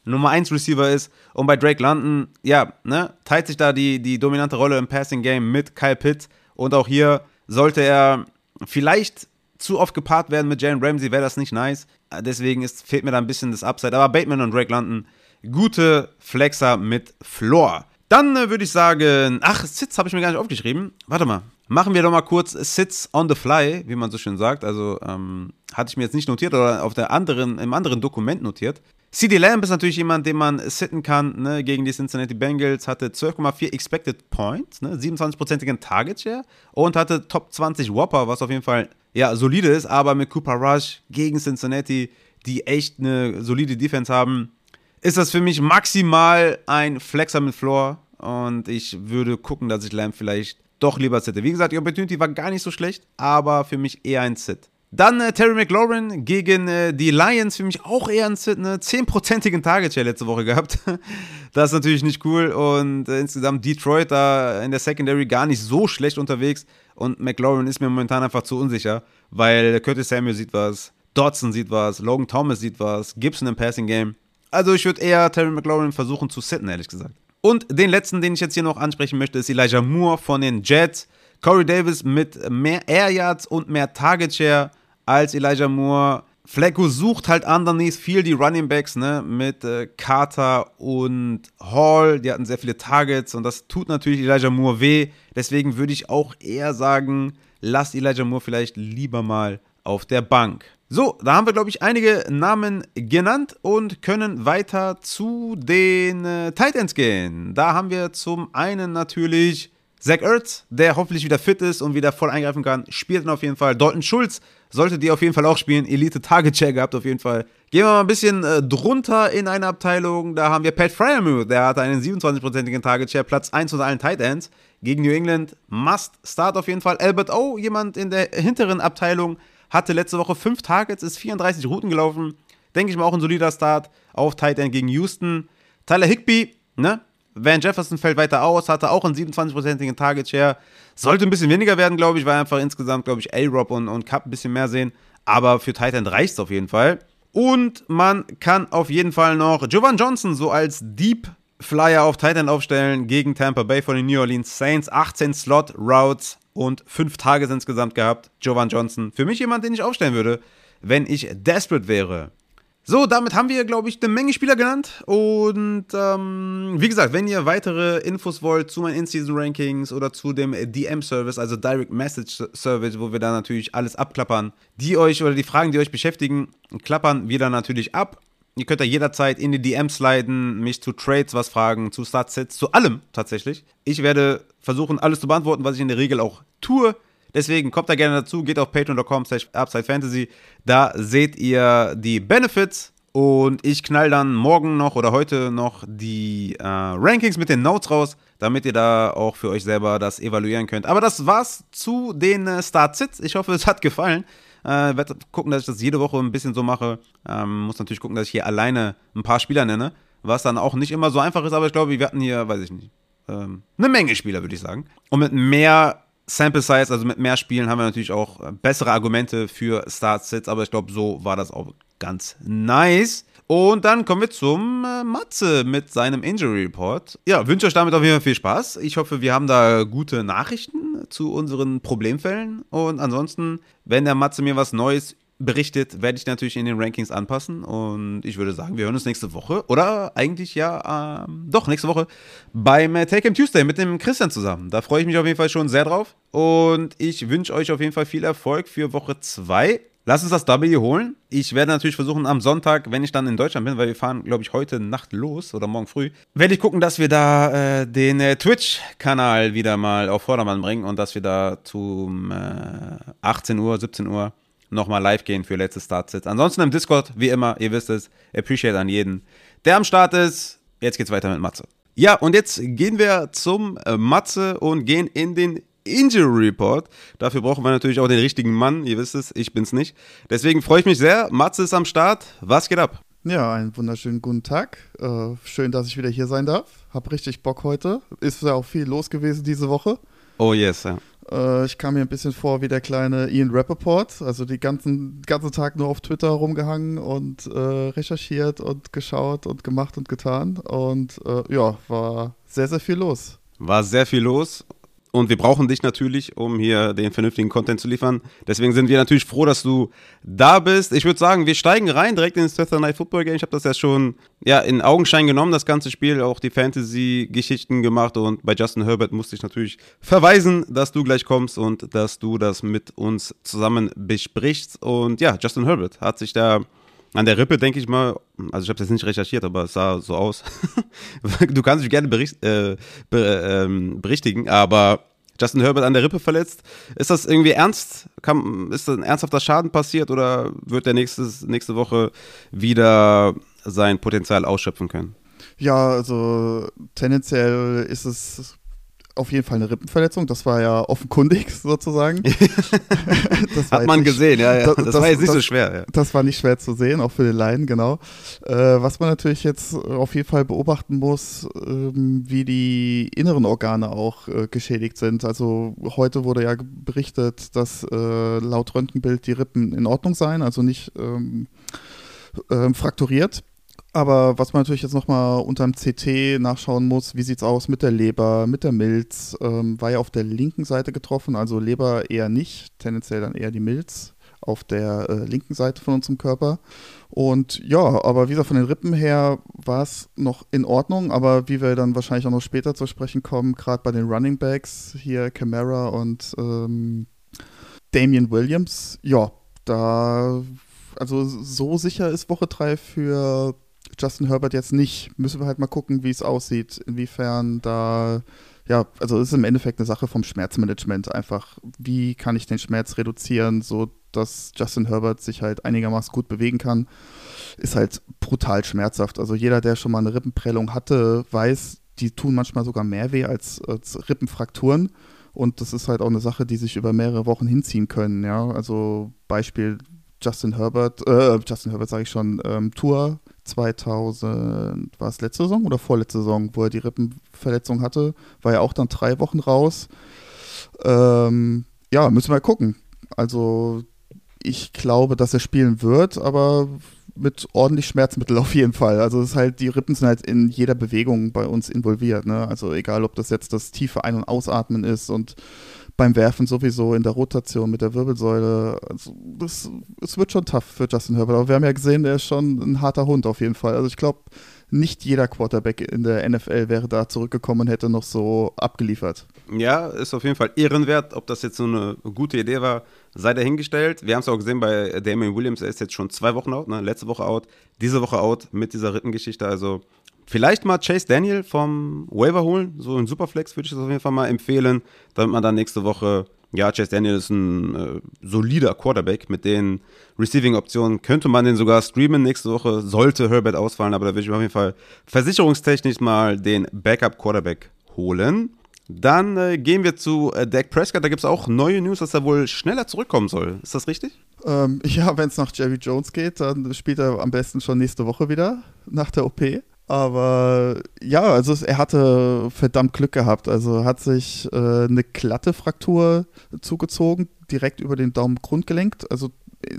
Nummer 1 Receiver ist. Und bei Drake London, ja, ne, teilt sich da die dominante Rolle im Passing Game mit Kyle Pitts. Und auch hier sollte er vielleicht zu oft gepaart werden mit Jalen Ramsey, wäre das nicht nice. Deswegen fehlt mir da ein bisschen das Upside. Aber Bateman und Drake London, gute Flexer mit Floor. Dann würde ich sagen, Sits habe ich mir gar nicht aufgeschrieben. Warte mal, machen wir doch mal kurz Sits on the fly, wie man so schön sagt. Also hatte ich mir jetzt nicht notiert oder im anderen Dokument notiert. CeeDee Lamb ist natürlich jemand, den man sitten kann, ne, gegen die Cincinnati Bengals, hatte 12,4 Expected Points, ne, 27%igen Target Share und hatte Top 20 Whopper, was auf jeden Fall ja solide ist, aber mit Cooper Rush gegen Cincinnati, die echt eine solide Defense haben, ist das für mich maximal ein Flexer mit Floor und ich würde gucken, dass ich Lamb vielleicht doch lieber sitte. Wie gesagt, die Opportunity war gar nicht so schlecht, aber für mich eher ein Sit. Dann Terry McLaurin gegen die Lions, für mich auch eher ein Sit, ne? 10%igen Target Share letzte Woche gehabt. Das ist natürlich nicht cool und insgesamt Detroit da in der Secondary gar nicht so schlecht unterwegs und McLaurin ist mir momentan einfach zu unsicher, weil Curtis Samuel sieht was, Dodson sieht was, Logan Thomas sieht was, Gibson im Passing Game. Also ich würde eher Terry McLaurin versuchen zu sitten, ehrlich gesagt. Und den letzten, den ich jetzt hier noch ansprechen möchte, ist Elijah Moore von den Jets. Corey Davis mit mehr Air Yards und mehr Target Share als Elijah Moore. Flacco sucht halt underneath viel die Running Backs, ne, mit Carter und Hall. Die hatten sehr viele Targets und das tut natürlich Elijah Moore weh. Deswegen würde ich auch eher sagen, lasst Elijah Moore vielleicht lieber mal auf der Bank. So, da haben wir, glaube ich, einige Namen genannt und können weiter zu den Tight Ends gehen. Da haben wir zum einen natürlich Zach Ertz, der hoffentlich wieder fit ist und wieder voll eingreifen kann, spielt dann auf jeden Fall. Dalton Schultz sollte die auf jeden Fall auch spielen. Elite Target Share gehabt auf jeden Fall. Gehen wir mal ein bisschen drunter in eine Abteilung. Da haben wir Pat Freiermuth, der hatte einen 27%igen Target Share, Platz 1 unter allen Tight Ends. Gegen New England Must Start auf jeden Fall. Albert O, jemand in der hinteren Abteilung, hatte letzte Woche 5 Targets, ist 34 Routen gelaufen. Denke ich mal auch ein solider Start auf Tight End gegen Houston. Tyler Higbee, ne? Van Jefferson fällt weiter aus, hatte auch einen 27%igen Target Share. Sollte ein bisschen weniger werden, glaube ich, weil einfach insgesamt, glaube ich, A-Rob und Cup ein bisschen mehr sehen. Aber für Tight End reicht es auf jeden Fall. Und man kann auf jeden Fall noch Jovan Johnson so als Deep Flyer auf Tight End aufstellen gegen Tampa Bay von den New Orleans Saints. 18 Slot Routes und 5 Targets insgesamt gehabt. Jovan Johnson. Für mich jemand, den ich aufstellen würde, wenn ich desperate wäre. So, damit haben wir, glaube ich, eine Menge Spieler genannt und wie gesagt, wenn ihr weitere Infos wollt zu meinen In-Season-Rankings oder zu dem DM-Service, also Direct Message Service, wo wir da natürlich alles abklappern, die Fragen, die euch beschäftigen, klappern wir dann natürlich ab. Ihr könnt da jederzeit in die DMs sliden, mich zu Trades was fragen, zu Start-Sets, zu allem tatsächlich. Ich werde versuchen, alles zu beantworten, was ich in der Regel auch tue. Deswegen kommt da gerne dazu, geht auf patreon.com/UpsideFantasy. Da seht ihr die Benefits und ich knall dann morgen noch oder heute noch die Rankings mit den Notes raus, damit ihr da auch für euch selber das evaluieren könnt. Aber das war's zu den Start-Sits. Ich hoffe, es hat gefallen. Werde gucken, dass ich das jede Woche ein bisschen so mache. Muss natürlich gucken, dass ich hier alleine ein paar Spieler nenne, was dann auch nicht immer so einfach ist, aber ich glaube, wir hatten hier, weiß ich nicht, eine Menge Spieler, würde ich sagen. Und mit mehr Sample Size, also mit mehr Spielen, haben wir natürlich auch bessere Argumente für Start-Sits, aber ich glaube, so war das auch ganz nice. Und dann kommen wir zum Matze mit seinem Injury Report. Ja, wünsche euch damit auf jeden Fall viel Spaß. Ich hoffe, wir haben da gute Nachrichten zu unseren Problemfällen. Und ansonsten, wenn der Matze mir was Neues berichtet, werde ich natürlich in den Rankings anpassen. Und ich würde sagen, wir hören uns nächste Woche. Oder eigentlich ja, doch, nächste Woche beim Take Him Tuesday mit dem Christian zusammen. Da freue ich mich auf jeden Fall schon sehr drauf. Und ich wünsche euch auf jeden Fall viel Erfolg für Woche 2. Lasst uns das W holen. Ich werde natürlich versuchen, am Sonntag, wenn ich dann in Deutschland bin, weil wir fahren, glaube ich, heute Nacht los oder morgen früh, werde ich gucken, dass wir da den Twitch-Kanal wieder mal auf Vordermann bringen und dass wir da zum 18 Uhr, 17 Uhr nochmal live gehen für letzte Start-Sits. Ansonsten im Discord, wie immer, ihr wisst es, appreciate an jeden, der am Start ist. Jetzt geht's weiter mit Matze. Ja, und jetzt gehen wir zum Matze und gehen in den Injury Report. Dafür brauchen wir natürlich auch den richtigen Mann. Ihr wisst es, ich bin's nicht. Deswegen freue ich mich sehr. Matze ist am Start. Was geht ab? Ja, einen wunderschönen guten Tag. Schön, dass ich wieder hier sein darf. Hab richtig Bock heute. Ist ja auch viel los gewesen diese Woche. Oh yes, ja. Ich kam mir ein bisschen vor wie der kleine Ian Rappaport, also die ganzen Tag nur auf Twitter rumgehangen und recherchiert und geschaut und gemacht und getan. Und ja, war sehr, sehr viel los. War sehr viel los. Und wir brauchen dich natürlich, um hier den vernünftigen Content zu liefern. Deswegen sind wir natürlich froh, dass du da bist. Ich würde sagen, wir steigen rein direkt ins Thursday Night Football Game. Ich habe das ja schon in Augenschein genommen, das ganze Spiel, auch die Fantasy-Geschichten gemacht. Und bei Justin Herbert musste ich natürlich verweisen, dass du gleich kommst und dass du das mit uns zusammen besprichst. Und ja, Justin Herbert hat sich da an der Rippe, denke ich mal, also ich habe das nicht recherchiert, aber es sah so aus. Du kannst dich gerne berichtigen, aber Justin Herbert an der Rippe verletzt. Ist das irgendwie ernst? Ist ein ernsthafter Schaden passiert oder wird der nächste Woche wieder sein Potenzial ausschöpfen können? Ja, also tendenziell ist es auf jeden Fall eine Rippenverletzung. Das war ja offenkundig sozusagen. Hat man gesehen, ja. Das war jetzt nicht so schwer. Ja. Das war nicht schwer zu sehen, auch für den Laien, genau. Was man natürlich jetzt auf jeden Fall beobachten muss, wie die inneren Organe auch geschädigt sind. Also heute wurde ja berichtet, dass laut Röntgenbild die Rippen in Ordnung seien, also nicht frakturiert. Aber was man natürlich jetzt nochmal unterm CT nachschauen muss, wie sieht es aus mit der Leber, mit der Milz, war ja auf der linken Seite getroffen, also Leber eher nicht, tendenziell dann eher die Milz auf der linken Seite von unserem Körper. Und ja, aber wie gesagt, von den Rippen her war es noch in Ordnung, aber wie wir dann wahrscheinlich auch noch später zu sprechen kommen, gerade bei den Running Backs, hier Kamara und Damian Williams, ja, also so sicher ist Woche 3 für Justin Herbert jetzt nicht. Müssen wir halt mal gucken, wie es aussieht. Inwiefern da, ja, also es ist im Endeffekt eine Sache vom Schmerzmanagement. Einfach, wie kann ich den Schmerz reduzieren, so dass Justin Herbert sich halt einigermaßen gut bewegen kann. Ist halt brutal schmerzhaft. Also jeder, der schon mal eine Rippenprellung hatte, weiß, die tun manchmal sogar mehr weh als Rippenfrakturen. Und das ist halt auch eine Sache, die sich über mehrere Wochen hinziehen können. Ja, also Beispiel Justin Herbert sage ich schon, Tour 2000, war es letzte Saison oder vorletzte Saison, wo er die Rippenverletzung hatte, war ja auch dann 3 Wochen raus. Ja, müssen wir gucken. Also ich glaube, dass er spielen wird, aber mit ordentlich Schmerzmittel auf jeden Fall. Also es ist halt, die Rippen sind halt in jeder Bewegung bei uns involviert, ne? Also egal, ob das jetzt das tiefe Ein- und Ausatmen ist und beim Werfen sowieso in der Rotation mit der Wirbelsäule. Also es wird schon tough für Justin Herbert. Aber wir haben ja gesehen, der ist schon ein harter Hund auf jeden Fall. Also ich glaube, nicht jeder Quarterback in der NFL wäre da zurückgekommen und hätte noch so abgeliefert. Ja, ist auf jeden Fall ehrenwert. Ob das jetzt so eine gute Idee war, sei dahingestellt. Wir haben es auch gesehen bei Damian Williams, er ist jetzt schon 2 Wochen out, ne? Letzte Woche out, diese Woche out mit dieser Rippengeschichte. Also vielleicht mal Chase Daniel vom Waiver holen, so in Superflex würde ich das auf jeden Fall mal empfehlen, damit man dann nächste Woche, ja, Chase Daniel ist ein solider Quarterback, mit den Receiving-Optionen könnte man den sogar streamen nächste Woche, sollte Herbert ausfallen, aber da würde ich mir auf jeden Fall versicherungstechnisch mal den Backup-Quarterback holen. Dann gehen wir zu Dak Prescott, da gibt es auch neue News, dass er wohl schneller zurückkommen soll. Ist das richtig? Ja, wenn es nach Jerry Jones geht, dann spielt er am besten schon nächste Woche wieder, nach der OP. Aber ja, also er hatte verdammt Glück gehabt. Also hat sich eine glatte Fraktur zugezogen, direkt über den Daumengrundgelenk. Also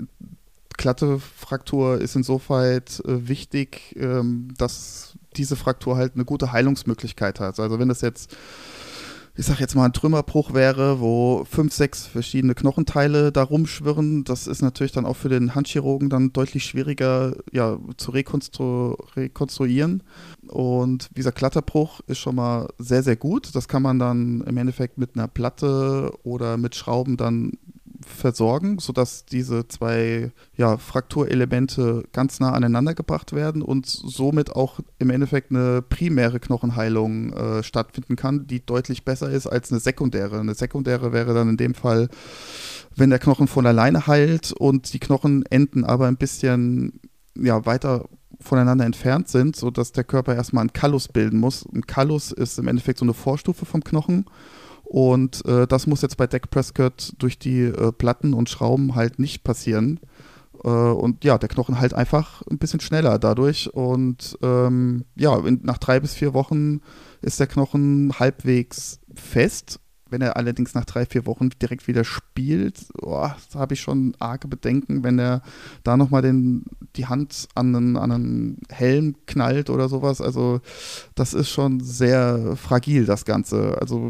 glatte Fraktur ist insofern wichtig, dass diese Fraktur halt eine gute Heilungsmöglichkeit hat. Also wenn das jetzt, ich sag jetzt mal, ein Trümmerbruch wäre, wo 5, 6 verschiedene Knochenteile da rumschwirren, das ist natürlich dann auch für den Handchirurgen dann deutlich schwieriger, ja, zu rekonstruieren. Und dieser Kletterbruch ist schon mal sehr, sehr gut. Das kann man dann im Endeffekt mit einer Platte oder mit Schrauben dann versorgen, sodass diese 2 Frakturelemente ganz nah aneinander gebracht werden und somit auch im Endeffekt eine primäre Knochenheilung stattfinden kann, die deutlich besser ist als eine sekundäre. Eine sekundäre wäre dann in dem Fall, wenn der Knochen von alleine heilt und die Knochenenden aber ein bisschen weiter voneinander entfernt sind, sodass der Körper erstmal einen Kallus bilden muss. Ein Kallus ist im Endeffekt so eine Vorstufe vom Knochen. Und das muss jetzt bei Dak Prescott durch die Platten und Schrauben halt nicht passieren. Und ja, der Knochen halt einfach ein bisschen schneller dadurch. Und nach 3 bis 4 Wochen ist der Knochen halbwegs fest. Wenn er allerdings nach 3-4 Wochen direkt wieder spielt, da habe ich schon arge Bedenken, wenn er da nochmal die Hand an einen Helm knallt oder sowas. Also das ist schon sehr fragil, das Ganze. Also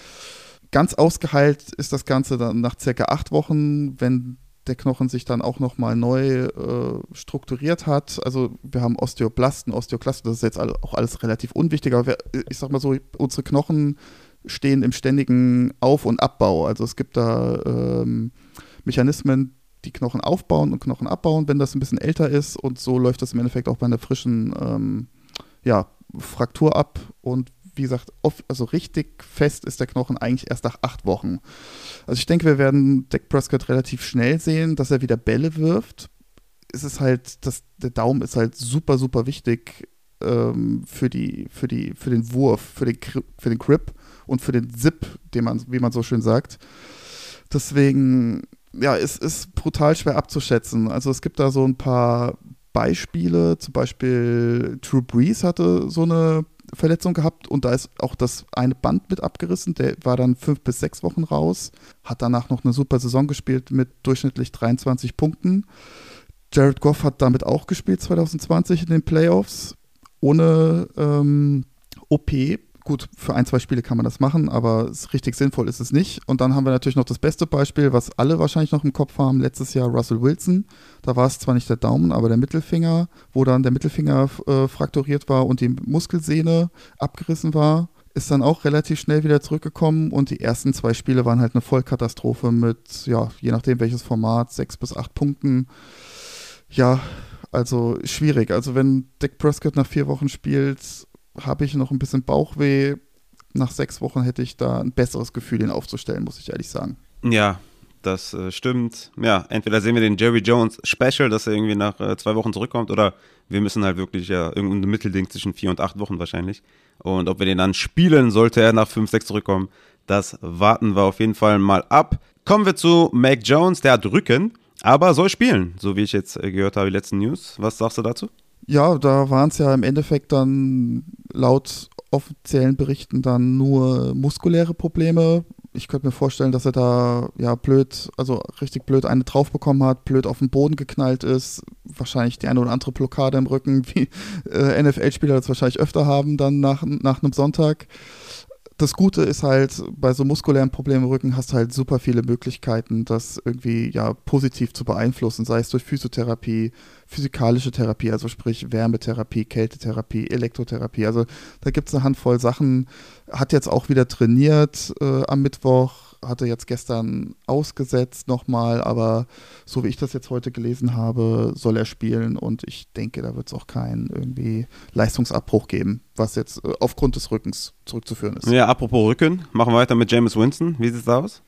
ganz ausgeheilt ist das Ganze dann nach circa 8 Wochen, wenn der Knochen sich dann auch nochmal neu strukturiert hat. Also wir haben Osteoblasten, Osteoklasten, das ist jetzt auch alles relativ unwichtig, aber ich sag mal so, unsere Knochen stehen im ständigen Auf- und Abbau. Also es gibt da Mechanismen, die Knochen aufbauen und Knochen abbauen, wenn das ein bisschen älter ist, und so läuft das im Endeffekt auch bei einer frischen Fraktur ab. Und wie gesagt, also richtig fest ist der Knochen eigentlich erst nach 8 Wochen. Also ich denke, wir werden Dak Prescott relativ schnell sehen, dass er wieder Bälle wirft. Es ist halt, der Daumen ist halt super, super wichtig für den Wurf, für den Grip und für den Zip, wie man so schön sagt. Deswegen, ja, es ist brutal schwer abzuschätzen. Also es gibt da so ein paar Beispiele, zum Beispiel Drew Brees hatte so eine Verletzung gehabt und da ist auch das eine Band mit abgerissen, der war dann 5 bis 6 Wochen raus, hat danach noch eine super Saison gespielt mit durchschnittlich 23 Punkten. Jared Goff hat damit auch gespielt 2020 in den Playoffs, ohne OP. Gut, für 1-2 Spiele kann man das machen, aber richtig sinnvoll ist es nicht. Und dann haben wir natürlich noch das beste Beispiel, was alle wahrscheinlich noch im Kopf haben, letztes Jahr Russell Wilson. Da war es zwar nicht der Daumen, aber der Mittelfinger, wo dann der Mittelfinger frakturiert war und die Muskelsehne abgerissen war. Ist dann auch relativ schnell wieder zurückgekommen und die ersten 2 Spiele waren halt eine Vollkatastrophe mit, ja, je nachdem welches Format, 6 bis 8 Punkten. Ja, also schwierig. Also wenn Dak Prescott nach 4 Wochen spielt, habe ich noch ein bisschen Bauchweh. Nach 6 Wochen hätte ich da ein besseres Gefühl, ihn aufzustellen, muss ich ehrlich sagen. Ja, das stimmt. Ja, entweder sehen wir den Jerry Jones Special, dass er irgendwie nach 2 Wochen zurückkommt, oder wir müssen halt wirklich irgendein Mittelding zwischen 4 und 8 Wochen wahrscheinlich. Und ob wir den dann spielen, sollte er nach 5, 6 zurückkommen, das warten wir auf jeden Fall mal ab. Kommen wir zu Mac Jones, der hat Rücken, aber soll spielen, so wie ich jetzt gehört habe, die letzten News. Was sagst du dazu? Ja, da waren es ja im Endeffekt dann laut offiziellen Berichten dann nur muskuläre Probleme. Ich könnte mir vorstellen, dass er da richtig blöd eine drauf bekommen hat, blöd auf den Boden geknallt ist, wahrscheinlich die eine oder andere Blockade im Rücken, wie NFL-Spieler das wahrscheinlich öfter haben dann nach einem Sonntag. Das Gute ist halt, bei so muskulären Problemen im Rücken hast du halt super viele Möglichkeiten, das irgendwie positiv zu beeinflussen, sei es durch Physiotherapie, physikalische Therapie, also sprich Wärmetherapie, Kältetherapie, Elektrotherapie. Also da gibt es eine Handvoll Sachen. Hat jetzt auch wieder trainiert am Mittwoch, hatte jetzt gestern ausgesetzt nochmal, aber so wie ich das jetzt heute gelesen habe, soll er spielen und ich denke, da wird es auch keinen irgendwie Leistungsabbruch geben, was jetzt aufgrund des Rückens zurückzuführen ist. Ja, apropos Rücken, machen wir weiter mit Jameis Winston. Wie sieht es aus?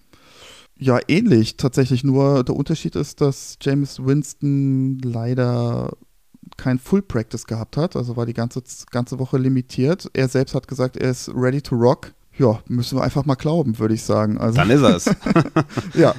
Ja, ähnlich tatsächlich, nur der Unterschied ist, dass Jameis Winston leider kein Full Practice gehabt hat, also war die ganze Woche limitiert. Er selbst hat gesagt, er ist ready to rock. Ja, müssen wir einfach mal glauben, würde ich sagen. Also, dann ist es. Ja.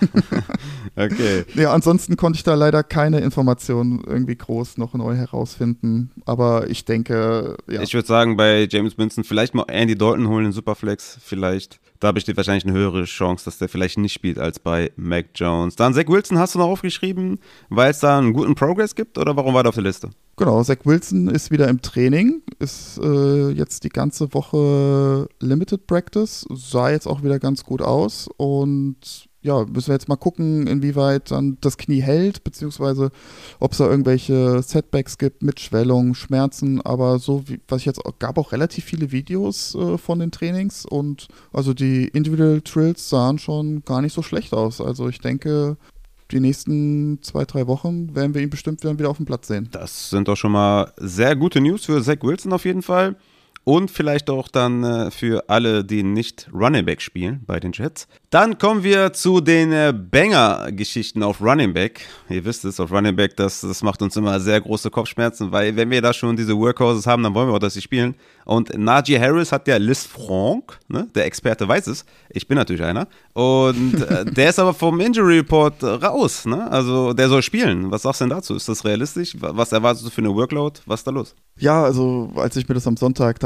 Okay. Ja, ansonsten konnte ich da leider keine Informationen irgendwie groß noch neu herausfinden. Aber ich denke, ja. Ich würde sagen, bei Jameis Winston vielleicht mal Andy Dalton holen in Superflex, vielleicht. Da besteht wahrscheinlich eine höhere Chance, dass der vielleicht nicht spielt als bei Mac Jones. Dann Zach Wilson hast du noch aufgeschrieben, weil es da einen guten Progress gibt, oder warum war der auf der Liste? Genau, Zach Wilson ist wieder im Training, ist jetzt die ganze Woche Limited Practice, sah jetzt auch wieder ganz gut aus und ja, müssen wir jetzt mal gucken, inwieweit dann das Knie hält, beziehungsweise ob es da irgendwelche Setbacks gibt mit Schwellung, Schmerzen, aber gab auch relativ viele Videos von den Trainings und also die Individual Drills sahen schon gar nicht so schlecht aus. Also ich denke, die nächsten 2-3 Wochen werden wir ihn bestimmt wieder auf dem Platz sehen. Das sind doch schon mal sehr gute News für Zach Wilson auf jeden Fall. Und vielleicht auch dann für alle, die nicht Running Back spielen bei den Jets. Dann kommen wir zu den Banger-Geschichten auf Running Back. Ihr wisst es, auf Running Back, das macht uns immer sehr große Kopfschmerzen, weil wenn wir da schon diese Workhorses haben, dann wollen wir auch, dass sie spielen. Und Najee Harris hat ja Liz Frank, ne? Der Experte weiß es. Ich bin natürlich einer. Und der ist aber vom Injury Report raus, ne? Also der soll spielen. Was sagst du denn dazu? Ist das realistisch? Was erwartest du für eine Workload? Was ist da los? Ja, also als ich mir das am Sonntag da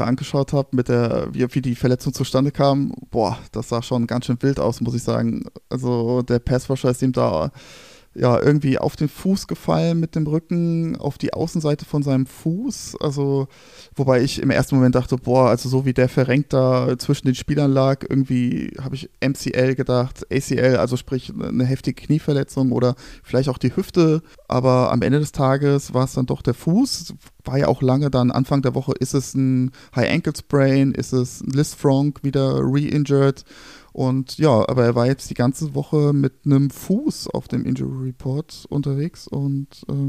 angeschaut habe, wie die Verletzung zustande kam, das sah schon ganz schön wild aus, muss ich sagen. Also der Pass-Rusher ist ihm da ja irgendwie auf den Fuß gefallen mit dem Rücken auf die Außenseite von seinem Fuß. Also, wobei ich im ersten Moment dachte, also so wie der verrenkt da zwischen den Spielern lag, irgendwie habe ich MCL gedacht, ACL, also sprich eine heftige Knieverletzung oder vielleicht auch die Hüfte. Aber am Ende des Tages war es dann doch der Fuß. War ja auch lange dann, Anfang der Woche, ist es ein High Ankle Sprain, ist es ein Lisfranc wieder re-injured. Und ja, aber er war jetzt die ganze Woche mit einem Fuß auf dem Injury Report unterwegs und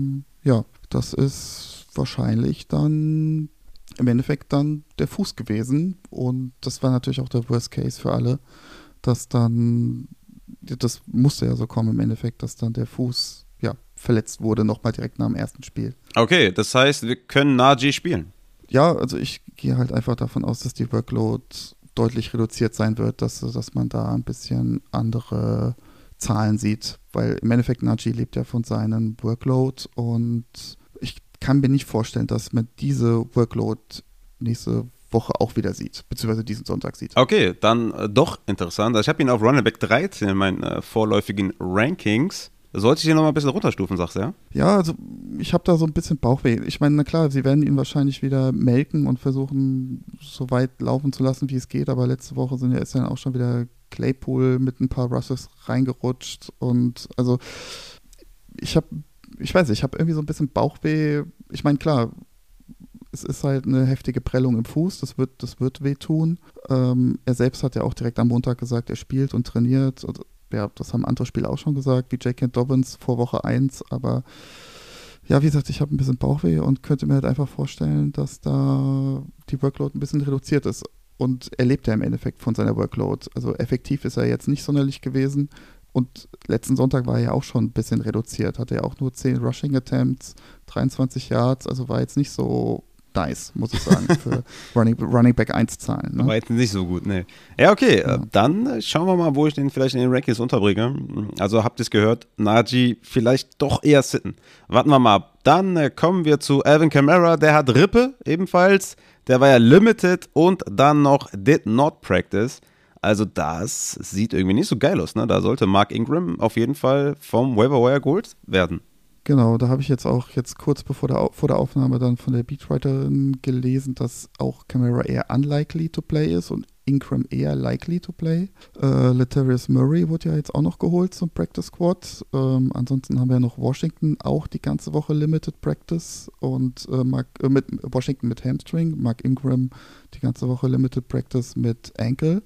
das ist wahrscheinlich dann im Endeffekt dann der Fuß gewesen und das war natürlich auch der Worst Case für alle, dass dann, das musste ja so kommen im Endeffekt, dass dann der Fuß verletzt wurde, nochmal direkt nach dem ersten Spiel. Okay, das heißt, wir können Najee spielen. Ja, also ich gehe halt einfach davon aus, dass die Workload deutlich reduziert sein wird, dass man da ein bisschen andere Zahlen sieht, weil im Endeffekt Najee lebt ja von seinem Workload und ich kann mir nicht vorstellen, dass man diese Workload nächste Woche auch wieder sieht, beziehungsweise diesen Sonntag sieht. Okay, dann doch interessant. Also ich habe ihn auf Running Back 13 in meinen vorläufigen Rankings. Sollte ich ihn noch mal ein bisschen runterstufen, sagst du, ja? Ja, also ich habe da so ein bisschen Bauchweh. Ich meine, na klar, sie werden ihn wahrscheinlich wieder melken und versuchen, so weit laufen zu lassen, wie es geht. Aber letzte Woche ist dann auch schon wieder Claypool mit ein paar Rushes reingerutscht. Und also ich weiß nicht, ich habe irgendwie so ein bisschen Bauchweh. Ich meine, klar, es ist halt eine heftige Prellung im Fuß, das wird wehtun. Er selbst hat ja auch direkt am Montag gesagt, er spielt und trainiert. Und ja, das haben andere Spieler auch schon gesagt, wie J.K. Dobbins vor Woche 1, aber ja, wie gesagt, ich habe ein bisschen Bauchweh und könnte mir halt einfach vorstellen, dass da die Workload ein bisschen reduziert ist. Und er lebt ja im Endeffekt von seiner Workload. Also effektiv ist er jetzt nicht sonderlich gewesen. Und letzten Sonntag war er ja auch schon ein bisschen reduziert. Hatte ja auch nur 10 Rushing Attempts, 23 Yards, also war jetzt nicht so nice, muss ich sagen, für Running Back 1 Zahlen. Ne? War jetzt nicht so gut, ne. Ja, okay, dann schauen wir mal, wo ich den vielleicht in den Rankings unterbringe. Also habt ihr es gehört, Najee vielleicht doch eher sitten. Warten wir mal ab. Dann kommen wir zu Alvin Kamara, der hat Rippe ebenfalls. Der war ja limited und dann noch did not practice. Also das sieht irgendwie nicht so geil aus, ne? Da sollte Mark Ingram auf jeden Fall vom Waiver Wire geholt werden. Genau, da habe ich jetzt kurz vor der Aufnahme dann von der Beatwriterin gelesen, dass auch Kamara eher unlikely to play ist und Ingram eher likely to play. Latavius Murray wurde ja jetzt auch noch geholt zum Practice Squad. Ansonsten haben wir noch Washington auch die ganze Woche Limited Practice und mit Washington mit Hamstring, Mark Ingram die ganze Woche Limited Practice mit Ankle.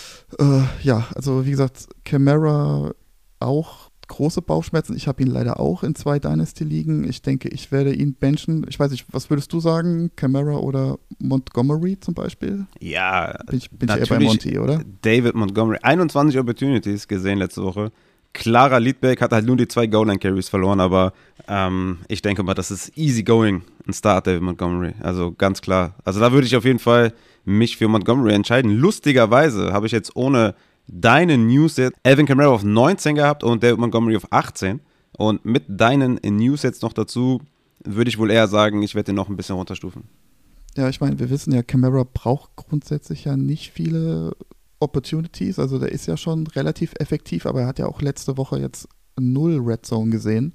Also wie gesagt, Kamara auch große Bauchschmerzen. Ich habe ihn leider auch in 2 Dynasty-Ligen. Ich denke, ich werde ihn benchen. Ich weiß nicht, was würdest du sagen? Kamara oder Montgomery zum Beispiel? Ja, bin ich eher bei Monty, oder? David Montgomery. 21 Opportunities gesehen letzte Woche. Klarer Leadback, hat halt nur die 2 Goal-Line-Carries verloren, aber ich denke mal, das ist easy going, ein Start, David Montgomery. Also ganz klar. Also da würde ich auf jeden Fall mich für Montgomery entscheiden. Lustigerweise habe ich jetzt ohne deine News jetzt Alvin Kamara auf 19 gehabt und David Montgomery auf 18. Und mit deinen News jetzt noch dazu, würde ich wohl eher sagen, ich werde den noch ein bisschen runterstufen. Ja, ich meine, wir wissen ja, Kamara braucht grundsätzlich ja nicht viele Opportunities. Also der ist ja schon relativ effektiv, aber er hat ja auch letzte Woche jetzt 0 Red Zone gesehen.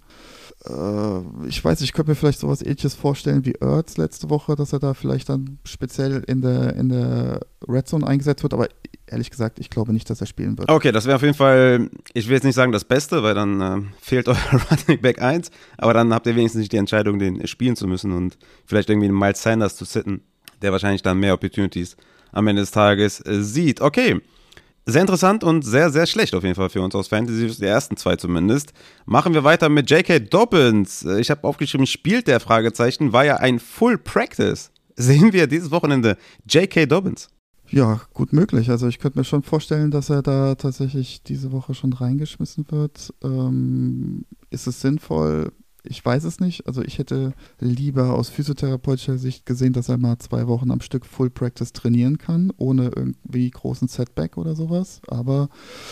Ich weiß, ich könnte mir vielleicht sowas Ähnliches vorstellen wie Ertz letzte Woche, dass er da vielleicht dann speziell in der Red Zone eingesetzt wird, aber ehrlich gesagt, ich glaube nicht, dass er spielen wird. Okay, das wäre auf jeden Fall, ich will jetzt nicht sagen das Beste, weil dann fehlt euer Running Back 1, aber dann habt ihr wenigstens nicht die Entscheidung, den spielen zu müssen und vielleicht irgendwie einen Miles Sanders zu sitten, der wahrscheinlich dann mehr Opportunities am Ende des Tages sieht. Okay, sehr interessant und sehr, sehr schlecht auf jeden Fall für uns aus Fantasy, die ersten 2 zumindest. Machen wir weiter mit J.K. Dobbins. Ich habe aufgeschrieben, spielt der Fragezeichen, war ja ein Full Practice. Sehen wir dieses Wochenende J.K. Dobbins? Ja, gut möglich. Also ich könnte mir schon vorstellen, dass er da tatsächlich diese Woche schon reingeschmissen wird. Ist es sinnvoll? Ich weiß es nicht. Also ich hätte lieber aus physiotherapeutischer Sicht gesehen, dass er mal 2 Wochen am Stück Full Practice trainieren kann, ohne irgendwie großen Setback oder sowas. Aber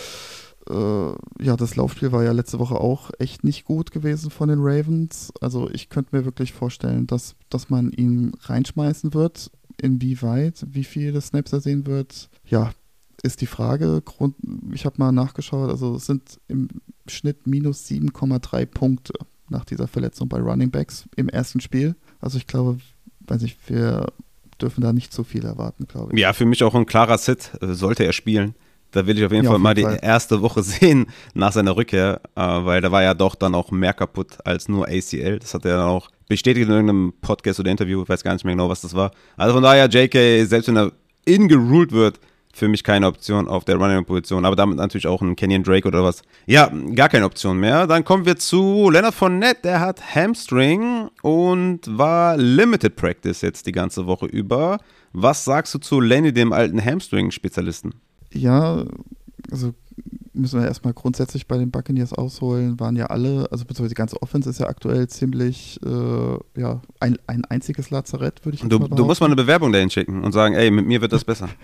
das Laufspiel war ja letzte Woche auch echt nicht gut gewesen von den Ravens. Also ich könnte mir wirklich vorstellen, dass man ihn reinschmeißen wird. Inwieweit, wie viele Snaps er sehen wird, ja, ist die Frage. Ich habe mal nachgeschaut, also es sind im Schnitt minus 7,3 Punkte nach dieser Verletzung bei Running Backs im ersten Spiel. Also ich glaube, wir dürfen da nicht so viel erwarten, glaube ich. Ja, für mich auch ein klarer Sit, sollte er spielen. Da will ich auf jeden Fall mal die erste Woche sehen nach seiner Rückkehr, weil da war ja doch dann auch mehr kaputt als nur ACL. Das hat er dann auch bestätigt in irgendeinem Podcast oder Interview, ich weiß gar nicht mehr genau, was das war. Also von daher, JK, selbst wenn er ingeruled wird, für mich keine Option auf der Running-Position, aber damit natürlich auch ein Kenyon Drake oder was. Ja, gar keine Option mehr. Dann kommen wir zu Leonard Fournette, der hat Hamstring und war Limited Practice jetzt die ganze Woche über. Was sagst du zu Lenny, dem alten Hamstring-Spezialisten? Ja, also müssen wir erstmal grundsätzlich bei den Buccaneers ausholen, waren ja alle, also beziehungsweise die ganze Offense ist ja aktuell ziemlich, ein einziges Lazarett, würde ich jetzt mal behaupten. Du musst mal eine Bewerbung dahin schicken und sagen, ey, mit mir wird das besser.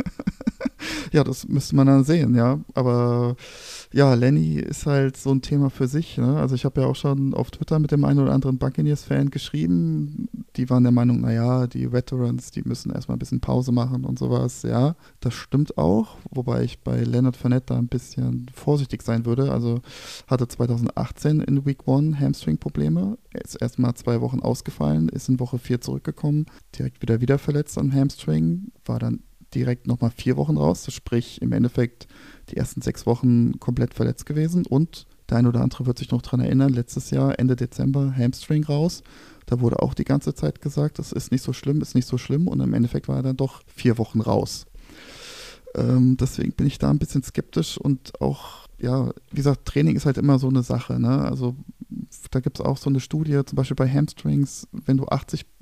Ja, das müsste man dann sehen, ja. Aber ja, Lenny ist halt so ein Thema für sich. Ne? Also ich habe ja auch schon auf Twitter mit dem einen oder anderen Buccaneers-Fan geschrieben. Die waren der Meinung, naja, die Veterans, die müssen erstmal ein bisschen Pause machen und sowas. Ja, das stimmt auch. Wobei ich bei Leonard Fournette da ein bisschen vorsichtig sein würde. Also hatte 2018 in Week 1 Hamstring-Probleme. Er ist erstmal 2 Wochen ausgefallen, ist in Woche 4 zurückgekommen, direkt wieder verletzt am Hamstring, war dann direkt nochmal 4 Wochen raus, sprich im Endeffekt die ersten 6 Wochen komplett verletzt gewesen und der ein oder andere wird sich noch dran erinnern, letztes Jahr, Ende Dezember, Hamstring raus, da wurde auch die ganze Zeit gesagt, das ist nicht so schlimm und im Endeffekt war er dann doch 4 Wochen raus. Deswegen bin ich da ein bisschen skeptisch und auch, ja, wie gesagt, Training ist halt immer so eine Sache, ne? Also da gibt es auch so eine Studie, zum Beispiel bei Hamstrings, wenn du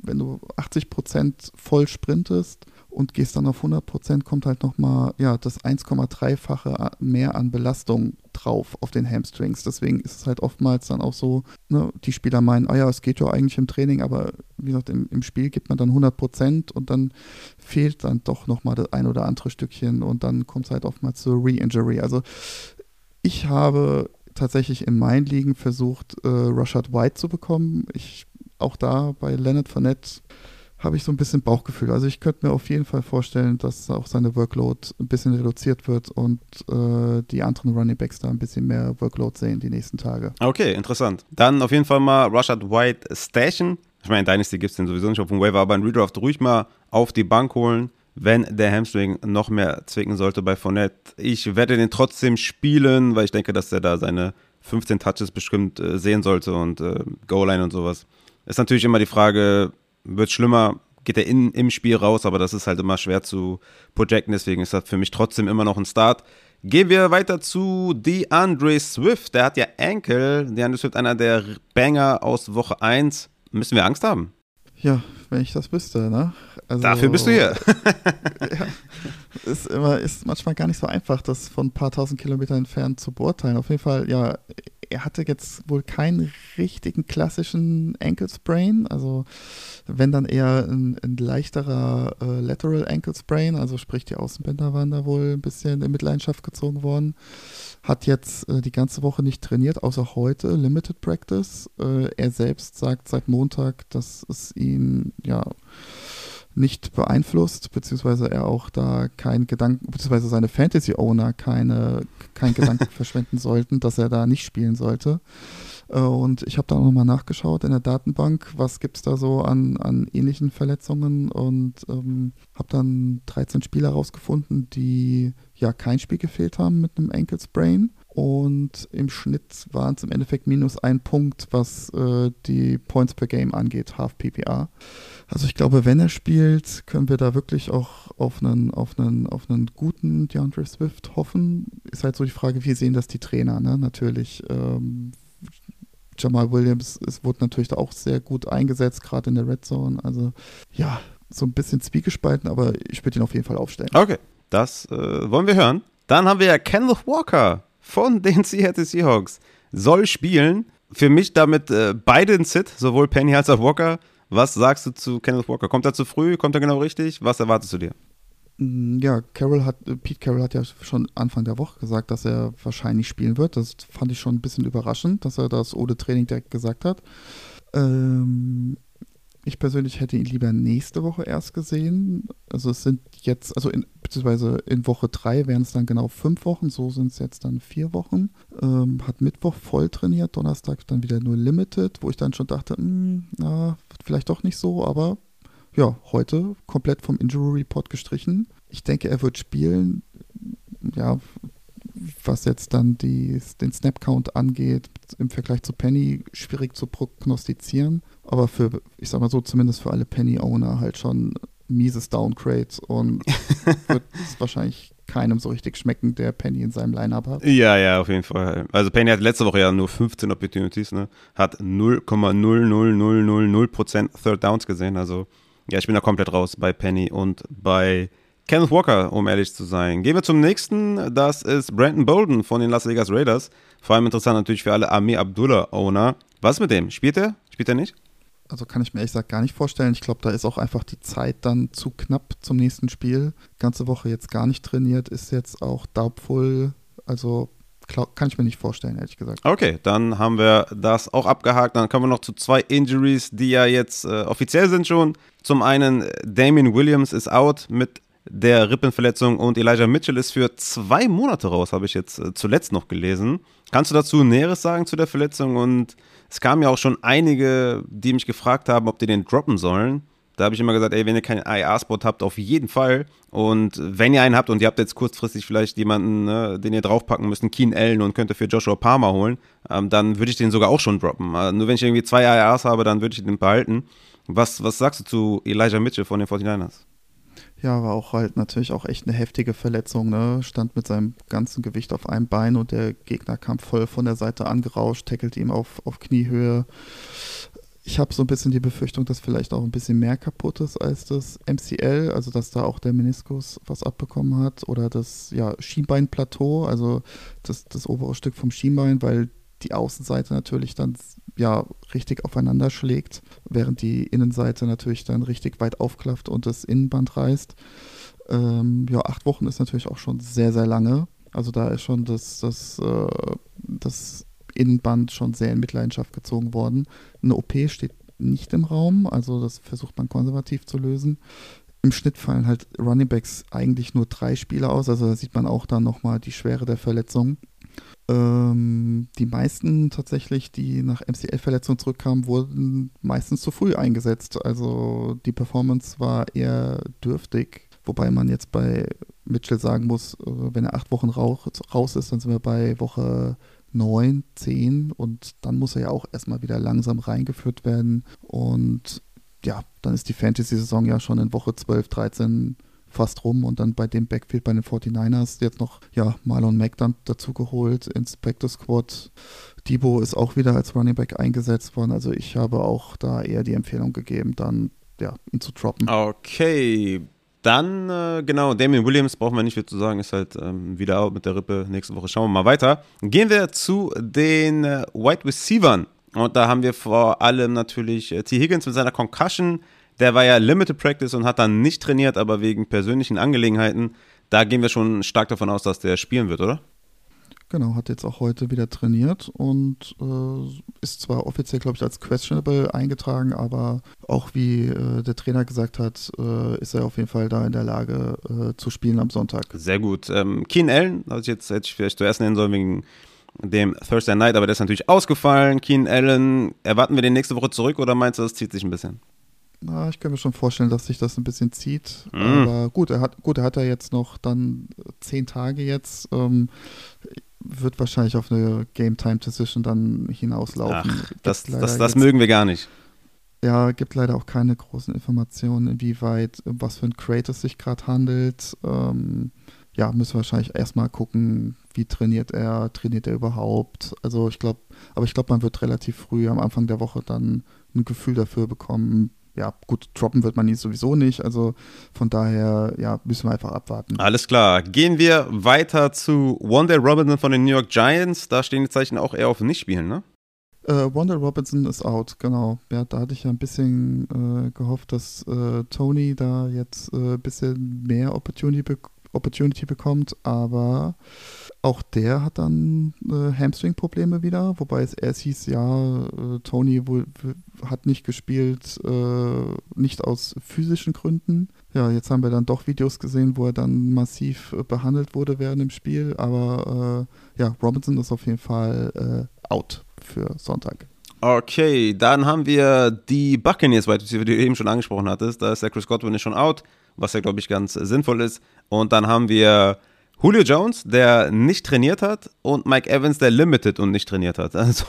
80% voll sprintest und gehst dann auf 100%, kommt halt nochmal das 1,3-fache mehr an Belastung drauf auf den Hamstrings. Deswegen ist es halt oftmals dann auch so, ne, die Spieler meinen, es geht ja eigentlich im Training, aber wie gesagt, im Spiel gibt man dann 100% und dann fehlt dann doch nochmal das ein oder andere Stückchen und dann kommt es halt oftmals zur Re-Injury. Also ich habe tatsächlich in meinen Ligen versucht, Rashad White zu bekommen. Auch da bei Leonard Fournette habe ich so ein bisschen Bauchgefühl. Also ich könnte mir auf jeden Fall vorstellen, dass auch seine Workload ein bisschen reduziert wird und die anderen Running Backs da ein bisschen mehr Workload sehen die nächsten Tage. Okay, interessant. Dann auf jeden Fall mal Rashad White stashen. Ich meine, in Dynasty gibt es den sowieso nicht auf dem Waiver, aber in Redraft ruhig mal auf die Bank holen, wenn der Hamstring noch mehr zwicken sollte bei Fournette. Ich werde den trotzdem spielen, weil ich denke, dass er da seine 15 Touches bestimmt sehen sollte und Goal-Line und sowas. Ist natürlich immer die Frage, wird schlimmer, geht er im Spiel raus, aber das ist halt immer schwer zu projecten, deswegen ist das für mich trotzdem immer noch ein Start. Gehen wir weiter zu DeAndre Swift, der hat ja Ankle, DeAndre Swift einer der Banger aus Woche 1. Müssen wir Angst haben? Ja, wenn ich das wüsste, ne? Also, dafür bist du hier. Ist manchmal gar nicht so einfach, das von ein paar tausend Kilometern entfernt zu beurteilen. Auf jeden Fall, ja, er hatte jetzt wohl keinen richtigen klassischen Ankle Sprain, also wenn dann eher ein leichterer Lateral Ankle Sprain, also sprich die Außenbänder waren da wohl ein bisschen in Mitleidenschaft gezogen worden. Hat jetzt die ganze Woche nicht trainiert, außer heute, Limited Practice. Er selbst sagt seit Montag, dass es ihn nicht beeinflusst, beziehungsweise er auch da keinen Gedanken, beziehungsweise seine Fantasy-Owner keinen Gedanken verschwenden sollten, dass er da nicht spielen sollte. Und ich habe da auch nochmal nachgeschaut in der Datenbank, was gibt es da so an ähnlichen Verletzungen und habe dann 13 Spieler rausgefunden, die ja kein Spiel gefehlt haben mit einem Ankle Sprain. Und im Schnitt waren es im Endeffekt -1 Punkt, was die Points per Game angeht, Half PPR. Also ich glaube, wenn er spielt, können wir da wirklich auch auf einen guten DeAndre Swift hoffen. Ist halt so die Frage, wie sehen das die Trainer, ne? Natürlich, Jamal Williams wurde natürlich da auch sehr gut eingesetzt, gerade in der Red Zone. Also ja, so ein bisschen zwiegespalten, aber ich würde ihn auf jeden Fall aufstellen. Okay, das wollen wir hören. Dann haben wir ja Kenneth Walker von den Seattle Seahawks. Soll spielen. Für mich damit beide ein Sit, sowohl Penny als auch Walker. Was sagst du zu Kenneth Walker? Kommt er zu früh? Kommt er genau richtig? Was erwartest du dir? Ja, Pete Carroll hat ja schon Anfang der Woche gesagt, dass er wahrscheinlich spielen wird. Das fand ich schon ein bisschen überraschend, dass er das ohne Training direkt gesagt hat. Ich persönlich hätte ihn lieber nächste Woche erst gesehen. Also es sind jetzt, beziehungsweise in Woche 3 wären es dann genau 5 Wochen, so sind es jetzt dann 4 Wochen. Hat Mittwoch voll trainiert, Donnerstag dann wieder nur Limited, wo ich dann schon dachte, vielleicht doch nicht so, aber ja, heute komplett vom Injury Report gestrichen. Ich denke, er wird spielen. Ja, was jetzt dann den Snap-Count angeht, im Vergleich zu Penny, schwierig zu prognostizieren. Aber ich sag mal so, zumindest für alle Penny-Owner halt schon mieses Downgrade und wird es wahrscheinlich keinem so richtig schmecken, der Penny in seinem Lineup hat. Ja, auf jeden Fall. Also Penny hat letzte Woche ja nur 15 Opportunities, ne? Hat 0,00000% Third Downs gesehen. Also ja, ich bin da komplett raus bei Penny und bei Kenneth Walker, um ehrlich zu sein. Gehen wir zum nächsten, das ist Brandon Bolden von den Las Vegas Raiders. Vor allem interessant natürlich für alle Amir Abdullah-Owner. Was ist mit dem? Spielt er? Spielt er nicht? Also kann ich mir ehrlich gesagt gar nicht vorstellen. Ich glaube, da ist auch einfach die Zeit dann zu knapp zum nächsten Spiel. Ganze Woche jetzt gar nicht trainiert, ist jetzt auch doubtful. Also kann ich mir nicht vorstellen, ehrlich gesagt. Okay, dann haben wir das auch abgehakt. Dann kommen wir noch zu 2 Injuries, die ja jetzt offiziell sind schon. Zum einen Damien Williams ist out mit der Rippenverletzung und Elijah Mitchell ist für 2 Monate raus, habe ich jetzt zuletzt noch gelesen. Kannst du dazu Näheres sagen zu der Verletzung? Und es kamen ja auch schon einige, die mich gefragt haben, ob die den droppen sollen. Da habe ich immer gesagt, wenn ihr keinen IR-Spot habt, auf jeden Fall. Und wenn ihr einen habt und ihr habt jetzt kurzfristig vielleicht jemanden, ne, den ihr draufpacken müsst, einen Keen Allen und könnt ihr für Joshua Palmer holen, dann würde ich den sogar auch schon droppen. Nur wenn ich irgendwie 2 IRs habe, dann würde ich den behalten. Was sagst du zu Elijah Mitchell von den 49ers? Ja, war auch halt natürlich auch echt eine heftige Verletzung, ne? Stand mit seinem ganzen Gewicht auf einem Bein und der Gegner kam voll von der Seite angerauscht, tackelte ihm auf Kniehöhe. Ich habe so ein bisschen die Befürchtung, dass vielleicht auch ein bisschen mehr kaputt ist als das MCL, also dass da auch der Meniskus was abbekommen hat oder das Schienbeinplateau, also das obere Stück vom Schienbein, weil die Außenseite natürlich dann richtig aufeinander schlägt, während die Innenseite natürlich dann richtig weit aufklafft und das Innenband reißt. 8 Wochen ist natürlich auch schon sehr, sehr lange. Also da ist schon das Innenband schon sehr in Mitleidenschaft gezogen worden. Eine OP steht nicht im Raum, also das versucht man konservativ zu lösen. Im Schnitt fallen halt Runningbacks eigentlich nur 3 Spieler aus, also da sieht man auch dann nochmal die Schwere der Verletzung. Die meisten tatsächlich, die nach MCL-Verletzungen zurückkamen, wurden meistens zu früh eingesetzt. Also die Performance war eher dürftig, wobei man jetzt bei Mitchell sagen muss, wenn er 8 Wochen raus ist, dann sind wir bei Woche 9, 10 und dann muss er ja auch erstmal wieder langsam reingeführt werden und ja, dann ist die Fantasy-Saison ja schon in Woche 12, 13 fast rum und dann bei dem Backfield bei den 49ers jetzt noch Marlon Mack dann dazu geholt ins Practice Squad. Debo ist auch wieder als Running Back eingesetzt worden, also ich habe auch da eher die Empfehlung gegeben, dann ihn zu droppen. Okay, dann Damien Williams, brauchen wir nicht viel zu sagen, ist halt wieder out mit der Rippe, nächste Woche schauen wir mal weiter. Gehen wir zu den Wide Receivern und da haben wir vor allem natürlich T. Higgins mit seiner Concussion. Der war ja Limited Practice und hat dann nicht trainiert, aber wegen persönlichen Angelegenheiten. Da gehen wir schon stark davon aus, dass der spielen wird, oder? Genau, hat jetzt auch heute wieder trainiert und ist zwar offiziell, glaube ich, als questionable eingetragen, aber auch wie der Trainer gesagt hat, ist er auf jeden Fall da in der Lage zu spielen am Sonntag. Sehr gut. Keen Allen, hätte ich vielleicht zuerst nennen sollen wegen dem Thursday Night, aber der ist natürlich ausgefallen. Keen Allen, erwarten wir den nächste Woche zurück oder meinst du, das zieht sich ein bisschen? Na, ich kann mir schon vorstellen, dass sich das ein bisschen zieht. Aber gut, er hat ja jetzt noch dann 10 Tage jetzt. Wird wahrscheinlich auf eine Game-Time-Decision dann hinauslaufen. Ach, das mögen wir gar nicht. Ja, gibt leider auch keine großen Informationen, inwieweit, was für ein Crate es sich gerade handelt. Müssen wir wahrscheinlich erstmal gucken, wie trainiert er überhaupt. Also ich glaube, man wird relativ früh am Anfang der Woche dann ein Gefühl dafür bekommen. Ja, gut, droppen wird man ihn sowieso nicht, also von daher, müssen wir einfach abwarten. Alles klar, gehen wir weiter zu Wan'Dale Robinson von den New York Giants, da stehen die Zeichen auch eher auf Nicht-Spielen, ne? Wan'Dale Robinson ist out, genau. Ja, da hatte ich ja ein bisschen gehofft, dass Tony da jetzt ein bisschen mehr Opportunity Opportunity bekommt, aber auch der hat dann Hamstring-Probleme wieder, wobei es erst hieß, ja, Tony hat nicht gespielt, nicht aus physischen Gründen. Ja, jetzt haben wir dann doch Videos gesehen, wo er dann massiv behandelt wurde während dem Spiel, aber ja, Robinson ist auf jeden Fall out für Sonntag. Okay, dann haben wir die Buccaneers Wide Receiver, die du eben schon angesprochen hattest. Da ist der Chris Godwin schon out, was ja, glaube ich, ganz sinnvoll ist. Und dann haben wir Julio Jones, der nicht trainiert hat, und Mike Evans, der limited und nicht trainiert hat. Also,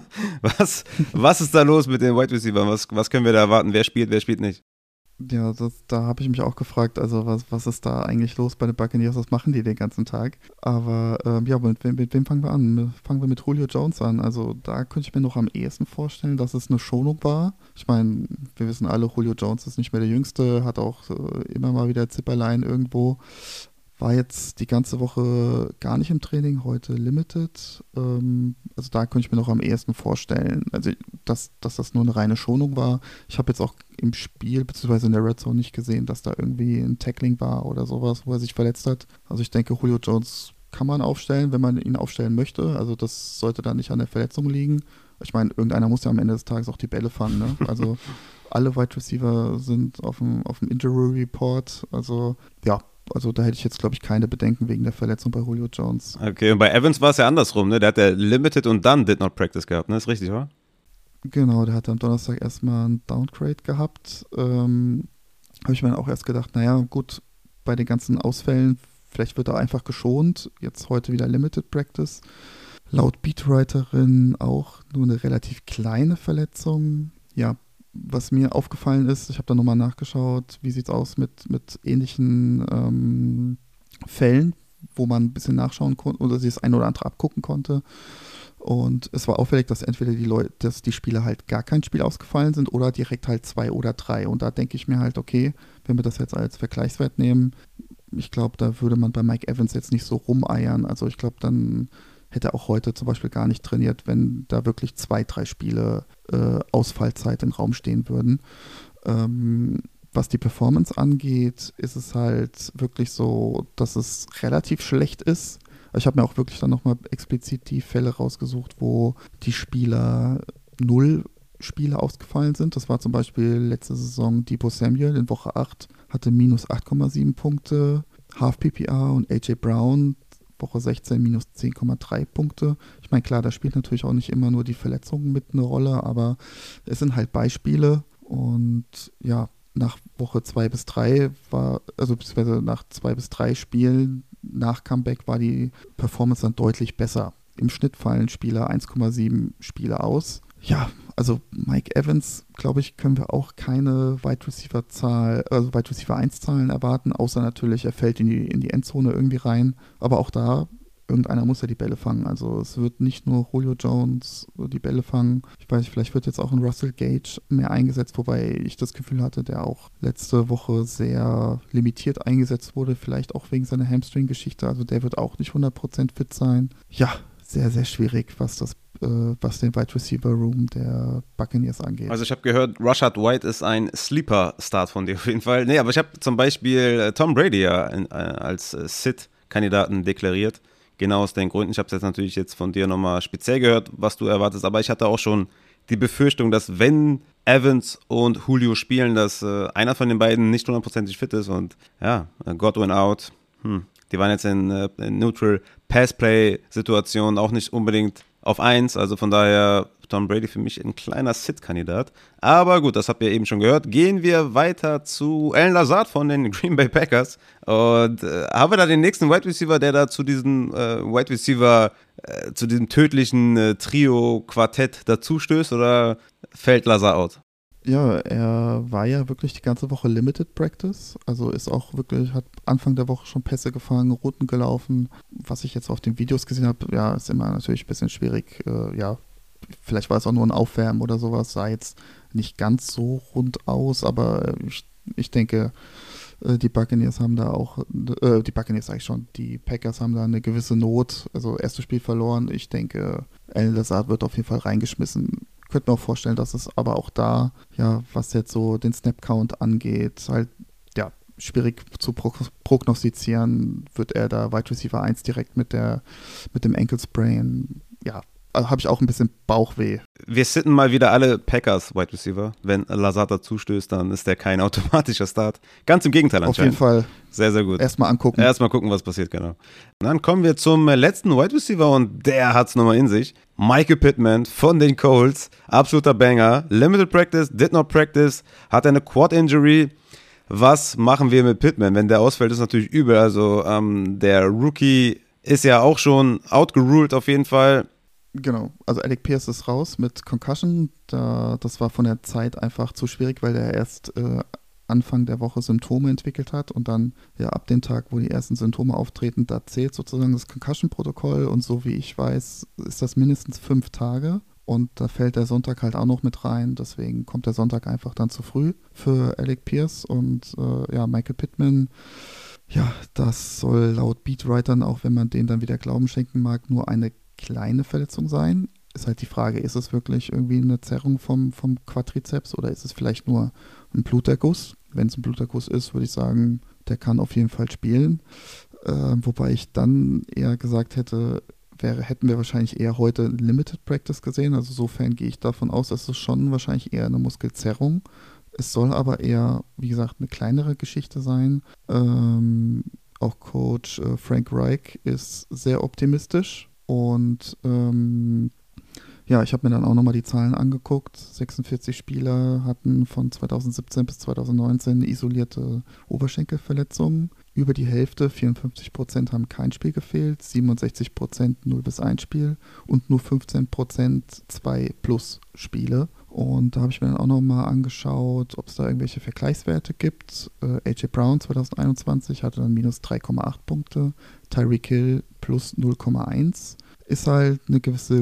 was ist da los mit den Wide Receiver? Was können wir da erwarten? Wer spielt nicht? Ja, da habe ich mich auch gefragt, also was ist da eigentlich los bei den Buccaneers, was machen die den ganzen Tag? Aber ja, mit wem fangen wir an? Fangen wir mit Julio Jones an. Also da könnte ich mir noch am ehesten vorstellen, dass es eine Schonung war. Ich meine, wir wissen alle, Julio Jones ist nicht mehr der Jüngste, hat auch immer mal wieder Zipperlein irgendwo. War jetzt die ganze Woche gar nicht im Training, heute limited. Also da könnte ich mir noch am ehesten vorstellen, also dass das nur eine reine Schonung war. Ich habe jetzt auch im Spiel bzw. in der Red Zone nicht gesehen, dass da irgendwie ein Tackling war oder sowas, wo er sich verletzt hat. Also ich denke, Julio Jones kann man aufstellen, wenn man ihn aufstellen möchte. Also das sollte dann nicht an der Verletzung liegen. Ich meine, irgendeiner muss ja am Ende des Tages auch die Bälle fangen, ne? Also alle Wide Receiver sind auf dem Injury Report. Also ja, also da hätte ich jetzt, glaube ich, keine Bedenken wegen der Verletzung bei Julio Jones. Okay, und bei Evans war es ja andersrum, ne? Der hat ja limited und dann did not practice gehabt, ne? Ist richtig, oder? Genau, der hat am Donnerstag erstmal einen Downgrade gehabt. Habe ich mir dann auch erst gedacht, naja, gut, bei den ganzen Ausfällen, vielleicht wird er einfach geschont. Jetzt heute wieder Limited Practice. Laut Beatwriterin auch nur eine relativ kleine Verletzung. Ja, was mir aufgefallen ist, ich habe da nochmal nachgeschaut, wie sieht es aus mit ähnlichen Fällen, wo man ein bisschen nachschauen konnte oder sich das ein oder andere abgucken konnte. Und es war auffällig, dass entweder dass die Spieler halt gar kein Spiel ausgefallen sind oder direkt halt 2 oder 3. Und da denke ich mir halt, okay, wenn wir das jetzt als Vergleichswert nehmen, ich glaube, da würde man bei Mike Evans jetzt nicht so rumeiern. Also ich glaube, dann hätte er auch heute zum Beispiel gar nicht trainiert, wenn da wirklich 2, 3 Spiele Ausfallzeit im Raum stehen würden. Was die Performance angeht, ist es halt wirklich so, dass es relativ schlecht ist. Ich habe mir auch wirklich dann nochmal explizit die Fälle rausgesucht, wo die Spieler 0 Spiele ausgefallen sind. Das war zum Beispiel letzte Saison Deebo Samuel in Woche 8, hatte minus 8,7 Punkte. Half PPR und AJ Brown Woche 16 minus 10,3 Punkte. Ich meine, klar, da spielt natürlich auch nicht immer nur die Verletzungen mit eine Rolle, aber es sind halt Beispiele. Und ja, nach Woche 2 bis 3 beziehungsweise nach 2 bis 3 Spielen nach Comeback war die Performance dann deutlich besser. Im Schnitt fallen Spieler 1,7 Spiele aus. Ja, also Mike Evans, glaube ich, können wir auch keine Wide Receiver 1 Zahlen erwarten, außer natürlich, er fällt in die Endzone irgendwie rein. Aber auch da, irgendeiner muss ja die Bälle fangen. Also es wird nicht nur Julio Jones die Bälle fangen. Ich weiß, vielleicht wird jetzt auch ein Russell Gage mehr eingesetzt, wobei ich das Gefühl hatte, der auch letzte Woche sehr limitiert eingesetzt wurde, vielleicht auch wegen seiner Hamstring-Geschichte. Also der wird auch nicht 100% fit sein. Ja, sehr, sehr schwierig, was den Wide Receiver Room der Buccaneers angeht. Also ich habe gehört, Rashad White ist ein Sleeper-Start von dir auf jeden Fall. Nee, aber ich habe zum Beispiel Tom Brady ja als Sit-Kandidaten deklariert. Genau aus den Gründen. Ich habe es jetzt natürlich von dir nochmal speziell gehört, was du erwartest, aber ich hatte auch schon die Befürchtung, dass wenn Evans und Julio spielen, dass einer von den beiden nicht 100% fit ist und ja, Godwin out. Die waren jetzt in Neutral Pass-Play-Situationen auch nicht unbedingt auf 1, also von daher Tom Brady für mich ein kleiner Sit-Kandidat. Aber gut, das habt ihr eben schon gehört. Gehen wir weiter zu Allen Lazard von den Green Bay Packers. Und haben wir da den nächsten Wide Receiver, der da zu diesem Wide Receiver, zu diesem tödlichen Trio-Quartett dazu stößt, oder fällt Lazard out? Ja, er war ja wirklich die ganze Woche Limited Practice, also ist auch wirklich, hat Anfang der Woche schon Pässe gefangen, Routen gelaufen. Was ich jetzt auf den Videos gesehen habe, ja, ist immer natürlich ein bisschen schwierig. Ja, vielleicht war es auch nur ein Aufwärmen oder sowas, sah jetzt nicht ganz so rund aus, aber ich denke, die Buccaneers haben da auch, die Packers haben da eine gewisse Not, also erstes Spiel verloren. Ich denke, Allen Lazard wird auf jeden Fall reingeschmissen. Ich könnte mir auch vorstellen, dass es aber auch da, ja, was jetzt so den Snap-Count angeht, halt, ja, schwierig zu prognostizieren, wird er da Wide Receiver 1 direkt mit dem Ankle Sprain. Ja, also habe ich auch ein bisschen Bauchweh. Wir sitten mal wieder alle Packers Wide Receiver. Wenn Lazard zustößt, dann ist der kein automatischer Start. Ganz im Gegenteil anscheinend. Auf jeden Fall. Sehr, sehr gut. Erstmal angucken. Erstmal gucken, was passiert, genau. Und dann kommen wir zum letzten Wide Receiver und der hat's nochmal in sich. Michael Pittman von den Colts. Absoluter Banger. Limited Practice, did not practice, hat eine Quad-Injury. Was machen wir mit Pittman? Wenn der ausfällt, ist natürlich übel. Also der Rookie ist ja auch schon outgeruled auf jeden Fall. Genau, also Alec Pierce ist raus mit Concussion. Das war von der Zeit einfach zu schwierig, weil er erst Anfang der Woche Symptome entwickelt hat und dann ja ab dem Tag, wo die ersten Symptome auftreten, da zählt sozusagen das Concussion-Protokoll und so wie ich weiß, ist das mindestens 5 Tage und da fällt der Sonntag halt auch noch mit rein, deswegen kommt der Sonntag einfach dann zu früh für Alec Pierce und Michael Pittman. Ja, das soll laut Beatwritern, auch wenn man denen dann wieder Glauben schenken mag, nur eine kleine Verletzung sein. Ist halt die Frage, ist es wirklich irgendwie eine Zerrung vom Quadrizeps oder ist es vielleicht nur ein Bluterguss? Wenn es ein Bluterguss ist, würde ich sagen, der kann auf jeden Fall spielen. Wobei ich dann eher gesagt hätte, hätten wir wahrscheinlich eher heute Limited Practice gesehen. Also insofern gehe ich davon aus, dass es schon wahrscheinlich eher eine Muskelzerrung. Es soll aber eher, wie gesagt, eine kleinere Geschichte sein. Auch Coach Frank Reich ist sehr optimistisch. Und ich habe mir dann auch nochmal die Zahlen angeguckt. 46 Spieler hatten von 2017 bis 2019 eine isolierte Oberschenkelverletzung. Über die Hälfte, 54%, haben kein Spiel gefehlt, 67% 0 bis 1 Spiel und nur 15% 2+ Spiele. Und da habe ich mir dann auch nochmal angeschaut, ob es da irgendwelche Vergleichswerte gibt. AJ Brown 2021 hatte dann minus 3,8 Punkte, Tyreek Hill plus 0,1. Ist halt eine gewisse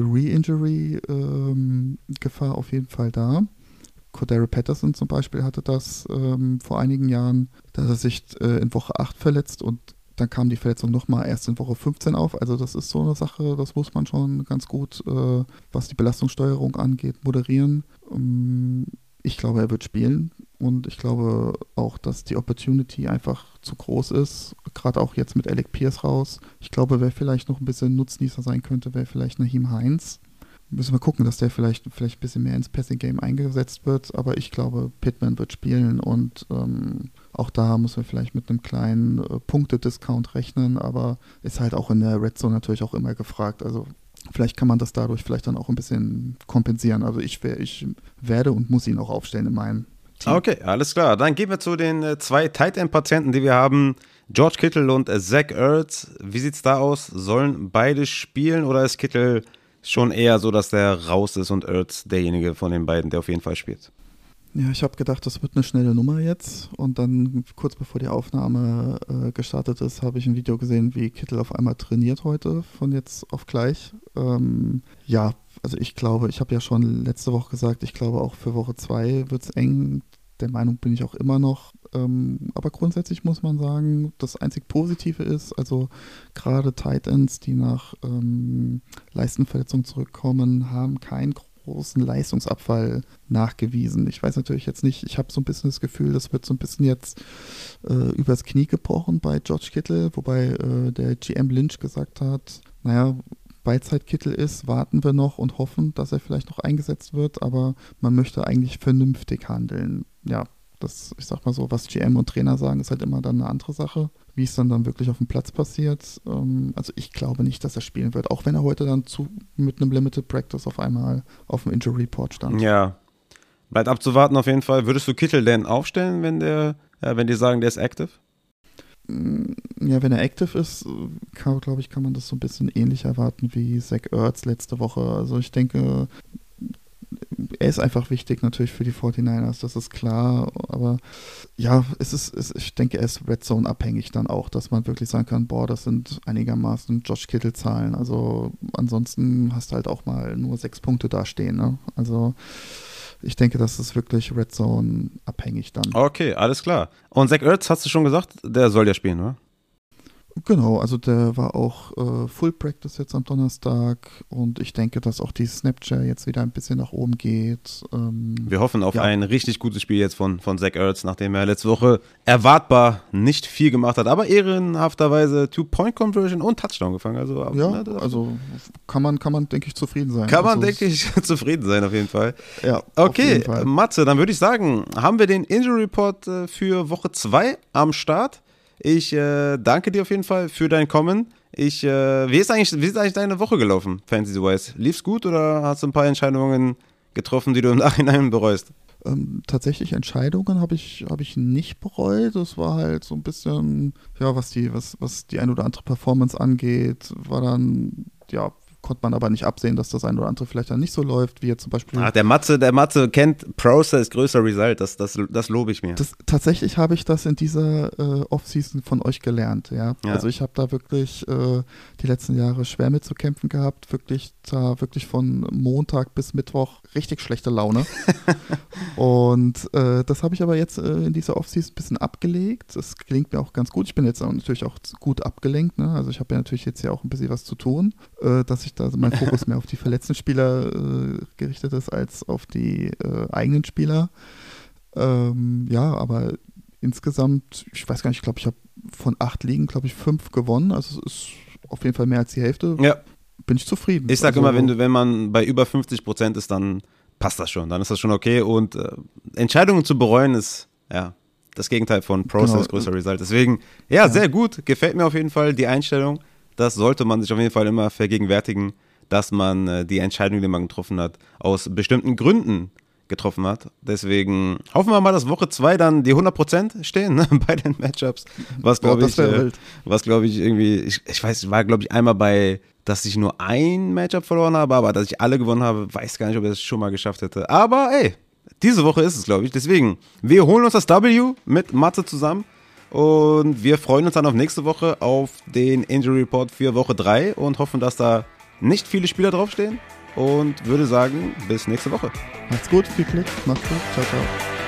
Re-Injury-Gefahr auf jeden Fall da. Cordero Patterson zum Beispiel hatte das vor einigen Jahren, da hat er sich in Woche 8 verletzt und dann kam die Verletzung nochmal erst in Woche 15 auf. Also das ist so eine Sache, das muss man schon ganz gut, was die Belastungssteuerung angeht, moderieren. Ich glaube, er wird spielen und ich glaube auch, dass die Opportunity einfach zu groß ist, gerade auch jetzt mit Alec Pierce raus. Ich glaube, wer vielleicht noch ein bisschen Nutznießer sein könnte, wäre vielleicht Nyheim Hines. Müssen wir gucken, dass der vielleicht ein bisschen mehr ins Passing-Game eingesetzt wird, aber ich glaube, Pittman wird spielen und auch da muss man vielleicht mit einem kleinen Punkte-Discount rechnen, aber ist halt auch in der Red Zone natürlich auch immer gefragt, also vielleicht kann man das dadurch vielleicht dann auch ein bisschen kompensieren, also ich werde und muss ihn auch aufstellen in meinem Team. Okay, alles klar, dann gehen wir zu den 2 Tight End-Patienten, die wir haben, George Kittle und Zach Ertz. Wie sieht's da aus? Sollen beide spielen oder ist Kittle schon eher so, dass der raus ist und Ertz derjenige von den beiden, der auf jeden Fall spielt? Ja, ich habe gedacht, das wird eine schnelle Nummer jetzt und dann kurz bevor die Aufnahme gestartet ist, habe ich ein Video gesehen, wie Kittle auf einmal trainiert heute, von jetzt auf gleich. Also ich glaube, ich habe ja schon letzte Woche gesagt, ich glaube auch für Woche 2 wird es eng. Der Meinung bin ich auch immer noch. Aber grundsätzlich muss man sagen, das einzig Positive ist, also gerade Tight Ends, die nach Leistenverletzungen zurückkommen, haben keinen großen Leistungsabfall nachgewiesen. Ich weiß natürlich jetzt nicht, ich habe so ein bisschen das Gefühl, das wird so ein bisschen jetzt übers Knie gebrochen bei George Kittle, wobei der GM Lynch gesagt hat, naja, weil es halt Kittle ist, warten wir noch und hoffen, dass er vielleicht noch eingesetzt wird, aber man möchte eigentlich vernünftig handeln. Ja, das, ich sag mal so, was GM und Trainer sagen, ist halt immer dann eine andere Sache. Wie es dann wirklich auf dem Platz passiert. Also ich glaube nicht, dass er spielen wird, auch wenn er heute dann mit einem Limited Practice auf einmal auf dem Injury Report stand. Ja, bleibt abzuwarten auf jeden Fall. Würdest du Kittle denn aufstellen, wenn die sagen, der ist active? Ja, wenn er active ist, glaube ich, kann man das so ein bisschen ähnlich erwarten wie Zach Ertz letzte Woche. Also ich denke, er ist einfach wichtig natürlich für die 49ers, das ist klar, aber ja, ich denke, er ist Red Zone abhängig dann auch, dass man wirklich sagen kann, boah, das sind einigermaßen Josh Kittle Zahlen, also ansonsten hast du halt auch mal nur 6 Punkte dastehen, ne? Also ich denke, das ist wirklich Red Zone abhängig dann. Okay, alles klar. Und Zach Ertz, hast du schon gesagt, der soll ja spielen, oder? Genau, also der war auch Full Practice jetzt am Donnerstag und ich denke, dass auch die Snapchat jetzt wieder ein bisschen nach oben geht. Wir hoffen auf ein richtig gutes Spiel jetzt von Zach Ertz, nachdem er letzte Woche erwartbar nicht viel gemacht hat, aber ehrenhafterweise Two-Point-Conversion und Touchdown gefangen. Also, ja, also kann man, denke ich, zufrieden sein. Kann man, also, denke ich, zufrieden sein auf jeden Fall. Ja, okay, Matze, dann würde ich sagen, haben wir den Injury Report für Woche 2 am Start. Ich danke dir auf jeden Fall für dein Kommen. Wie ist eigentlich deine Woche gelaufen, Fantasy-wise? Lief's gut oder hast du ein paar Entscheidungen getroffen, die du im Nachhinein bereust? Tatsächlich Entscheidungen habe ich nicht bereut. Das war halt so ein bisschen, ja, was die ein oder andere Performance angeht, war dann, ja, konnte man aber nicht absehen, dass das ein oder andere vielleicht dann nicht so läuft, wie jetzt zum Beispiel. Ach, der Matze kennt Process größer Result, das lobe ich mir. Tatsächlich habe ich das in dieser Offseason von euch gelernt, ja. Also ich habe da wirklich die letzten Jahre schwer mit zu kämpfen gehabt, wirklich von Montag bis Mittwoch richtig schlechte Laune. Und das habe ich aber jetzt in dieser Offseason ein bisschen abgelegt. Das gelingt mir auch ganz gut. Ich bin jetzt auch natürlich auch gut abgelenkt, ne? Also ich habe ja natürlich jetzt ja auch ein bisschen was zu tun, dass ich da mein Fokus mehr auf die verletzten Spieler gerichtet ist, als auf die eigenen Spieler. Ja, aber insgesamt, ich weiß gar nicht, ich glaube, ich habe von 8 Ligen, 5 gewonnen. Also es ist auf jeden Fall mehr als die Hälfte. Ja. Bin ich zufrieden. Ich sage immer, wenn man bei über 50% ist, dann passt das schon. Dann ist das schon okay. Und Entscheidungen zu bereuen ist, ja, das Gegenteil von Process, größer Result. Deswegen, ja, sehr gut. Gefällt mir auf jeden Fall die Einstellung. Das sollte man sich auf jeden Fall immer vergegenwärtigen, dass man die Entscheidung, die man getroffen hat, aus bestimmten Gründen getroffen hat. Deswegen hoffen wir mal, dass Woche 2 dann die 100% stehen, ne, bei den Matchups. Was glaube ich irgendwie, ich weiß, war glaube ich einmal bei, dass ich nur ein Matchup verloren habe, aber dass ich alle gewonnen habe, weiß gar nicht, ob ich das schon mal geschafft hätte. Aber ey, diese Woche ist es, glaube ich. Deswegen, wir holen uns das W mit Matze zusammen. Und wir freuen uns dann auf nächste Woche auf den Injury Report für Woche 3 und hoffen, dass da nicht viele Spieler draufstehen. Und würde sagen, bis nächste Woche. Macht's gut, viel Glück, macht's gut, ciao, ciao.